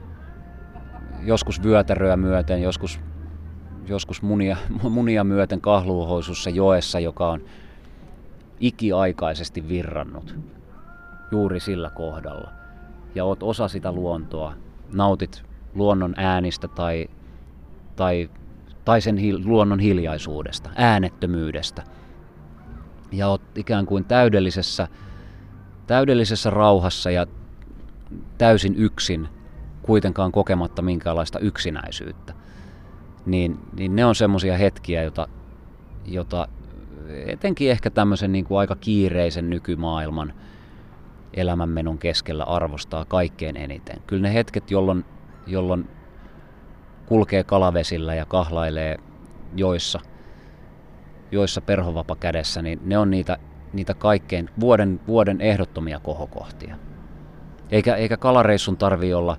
joskus vyötäröä myöten, joskus, joskus munia, munia myöten kahluuhoisussa joessa, joka on ikiaikaisesti virrannut juuri sillä kohdalla. Ja oot osa sitä luontoa, nautit luonnon äänistä tai, tai, tai sen hil, luonnon hiljaisuudesta, äänettömyydestä. Ja oot ikään kuin täydellisessä, täydellisessä rauhassa ja täysin yksin, kuitenkaan kokematta minkäänlaista yksinäisyyttä. Niin, niin ne on semmoisia hetkiä, jota, jota etenkin ehkä tämmöisen niin kuin aika kiireisen nykymaailman elämänmenon keskellä arvostaa kaikkein eniten. Kyllä ne hetket, jolloin, jolloin kulkee kalavesillä ja kahlailee joissa, joissa perhovapa kädessä, niin ne on niitä, niitä kaikkein vuoden, vuoden ehdottomia kohokohtia. Eikä, eikä kalareissun tarvitse olla,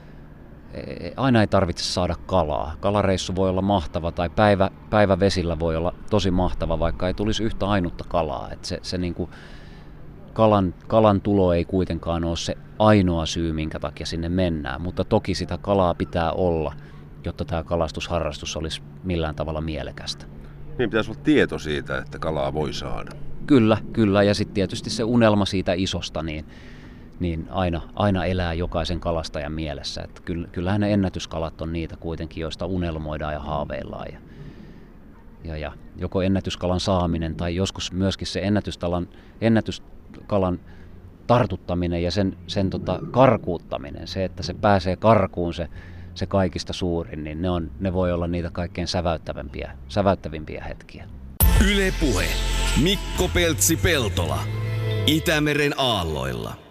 aina ei tarvitse saada kalaa. Kalareissu voi olla mahtava tai päivä, päivä vesillä voi olla tosi mahtava, vaikka ei tulisi yhtä ainutta kalaa. Et se, se niinku, kalan, kalan tulo ei kuitenkaan ole se ainoa syy, minkä takia sinne mennään, mutta toki sitä kalaa pitää olla, jotta tämä kalastusharrastus olisi millään tavalla mielekästä. Niin pitäisi olla tieto siitä, että kalaa voi saada. Kyllä, kyllä. Ja sitten tietysti se unelma siitä isosta, niin, niin aina, aina elää jokaisen kalastajan mielessä. Että kyllähän ne ennätyskalat on niitä kuitenkin, joista unelmoidaan ja haaveillaan. Ja, ja, ja joko ennätyskalan saaminen tai joskus myöskin se ennätyskalan, ennätyskalan tartuttaminen ja sen, sen tota karkuuttaminen, se, että se pääsee karkuun se, se kaikista suurin, niin ne, on, ne voi olla niitä kaikkein säväyttävimpiä, säväyttävimpiä hetkiä. Yle Puhe. Mikko Peltsi-Peltola. Itämeren aalloilla.